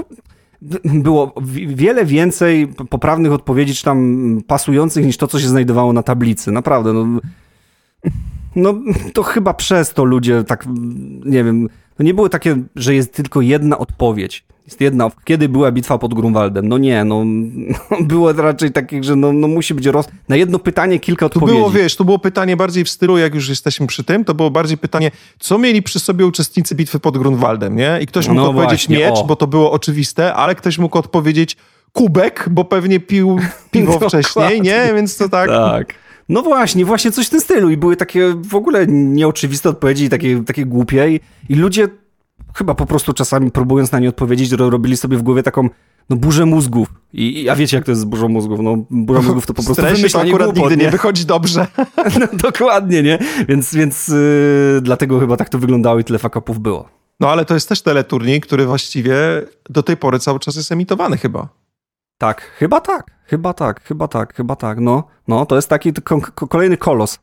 Było wiele więcej poprawnych odpowiedzi, czy tam pasujących, niż to, co się znajdowało na tablicy. Naprawdę, no to chyba przez to ludzie tak, nie wiem, to nie było takie, że jest tylko jedna odpowiedź. Jest jedna, kiedy była bitwa pod Grunwaldem? No nie, było raczej takich, że musi być na jedno pytanie kilka odpowiedzi. Tu było pytanie bardziej w stylu, jak już jesteśmy przy tym, to było bardziej pytanie, co mieli przy sobie uczestnicy bitwy pod Grunwaldem, nie? I ktoś mógł odpowiedzieć miecz, bo to było oczywiste, ale ktoś mógł odpowiedzieć kubek, bo pewnie pił piwo wcześniej, nie? Więc to tak... Tak. No właśnie coś w tym stylu i były takie w ogóle nieoczywiste odpowiedzi, takie głupie i ludzie chyba po prostu czasami próbując na nie odpowiedzieć, robili sobie w głowie taką burzę mózgów. A wiecie, jak to jest z burzą mózgów? Burza mózgów to po prostu wymyślanie akurat nigdy nie wychodzi dobrze. No dokładnie, nie? Więc dlatego chyba tak to wyglądało i tyle fuck-upów było. No ale to jest też teleturniej, który właściwie do tej pory cały czas jest emitowany chyba. Tak, chyba tak. No, to jest taki kolejny kolos.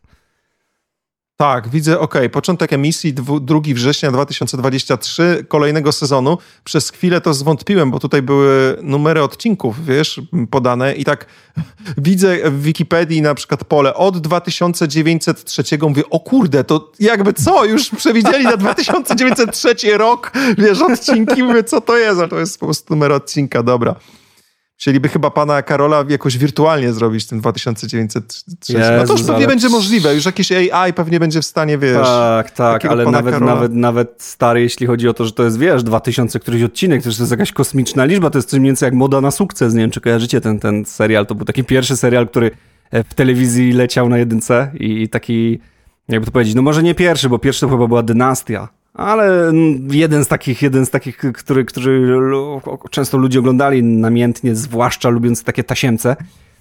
Tak, widzę, początek emisji 2 września 2023, kolejnego sezonu. Przez chwilę to zwątpiłem, bo tutaj były numery odcinków, podane i tak widzę w Wikipedii na przykład pole od 2903, mówię, o kurde, to jakby co, już przewidzieli na 2903 rok, odcinki, mówię, co to jest, ale to jest po prostu numer odcinka, dobra. Chcieliby chyba pana Karola jakoś wirtualnie zrobić tym 2903. No to już pewnie będzie możliwe. Już jakieś AI pewnie będzie w stanie, Tak, ale nawet stary, jeśli chodzi o to, że to jest, 2000 któryś odcinek, to jest jakaś kosmiczna liczba, to jest coś mniej więcej jak Moda na sukces. Nie wiem, czy kojarzycie ten serial. To był taki pierwszy serial, który w telewizji leciał na 1 i taki, jakby to powiedzieć, może nie pierwszy, bo pierwszy to chyba była Dynastia. Ale jeden z takich, który często ludzie oglądali namiętnie, zwłaszcza lubiąc takie tasiemce.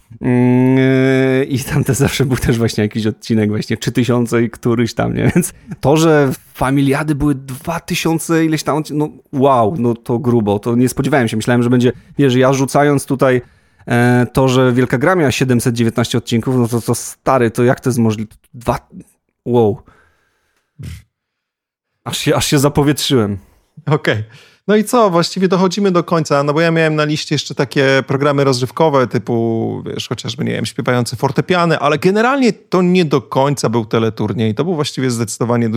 I tam też zawsze był też właśnie jakiś odcinek, właśnie 3000 i któryś tam, nie? Więc to, że familiady były 2000 ileś tam, wow, to grubo, to nie spodziewałem się. Myślałem, że będzie, ja rzucając tutaj to, że Wielka Gra miała 719 odcinków, to stary, to jak to jest możliwe? Wow. Aż się zapowietrzyłem. Okej. No i co? Właściwie dochodzimy do końca, bo ja miałem na liście jeszcze takie programy rozrywkowe typu, chociażby, nie wiem, śpiewające fortepiany, ale generalnie to nie do końca był teleturniej. To był właściwie zdecydowanie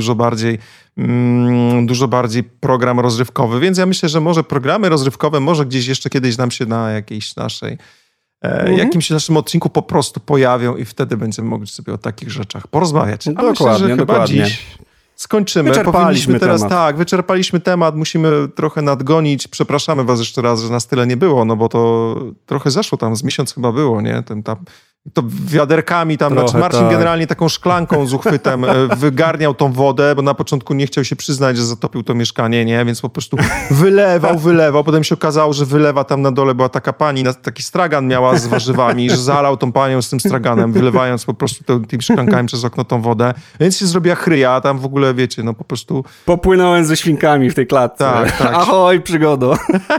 dużo bardziej program rozrywkowy, więc ja myślę, że może programy rozrywkowe może gdzieś jeszcze kiedyś nam się na jakiejś jakimś naszym odcinku po prostu pojawią i wtedy będziemy mogli sobie o takich rzeczach porozmawiać. A myślę, że chyba dziś skończymy. Wyczerpaliśmy temat. Tak, wyczerpaliśmy temat, musimy trochę nadgonić. Przepraszamy was jeszcze raz, że nas tyle nie było, bo to trochę zeszło tam, z miesiąc chyba było, nie? To wiaderkami tam, trochę, Marcin generalnie taką szklanką z uchwytem wygarniał tą wodę, bo na początku nie chciał się przyznać, że zatopił to mieszkanie, nie? Więc po prostu wylewał. Potem się okazało, że wylewa tam na dole była taka pani, taki stragan miała z warzywami, że zalał tą panią z tym straganem, wylewając po prostu tymi szklankami przez okno tą wodę. Więc się zrobiła chryja, tam w ogóle, po prostu... Popłynąłem ze świnkami w tej klatce. Tak. Ahoj, przygodo.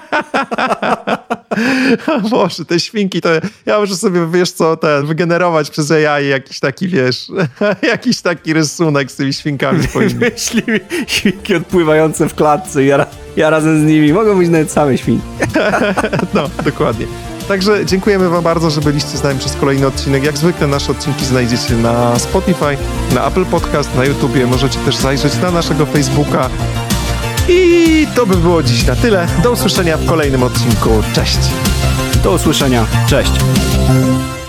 Boże, te świnki to... Ja muszę sobie, wygenerować przez AI jakiś taki, jakiś taki rysunek z tymi świnkami swoimi. Myśli świnki odpływające w klatce, ja razem z nimi. Mogą być nawet same świnki. No, dokładnie. Także dziękujemy wam bardzo, że byliście z nami przez kolejny odcinek. Jak zwykle nasze odcinki znajdziecie na Spotify, na Apple Podcast, na YouTubie. Możecie też zajrzeć na naszego Facebooka. I to by było dziś na tyle. Do usłyszenia w kolejnym odcinku. Cześć! Do usłyszenia. Cześć.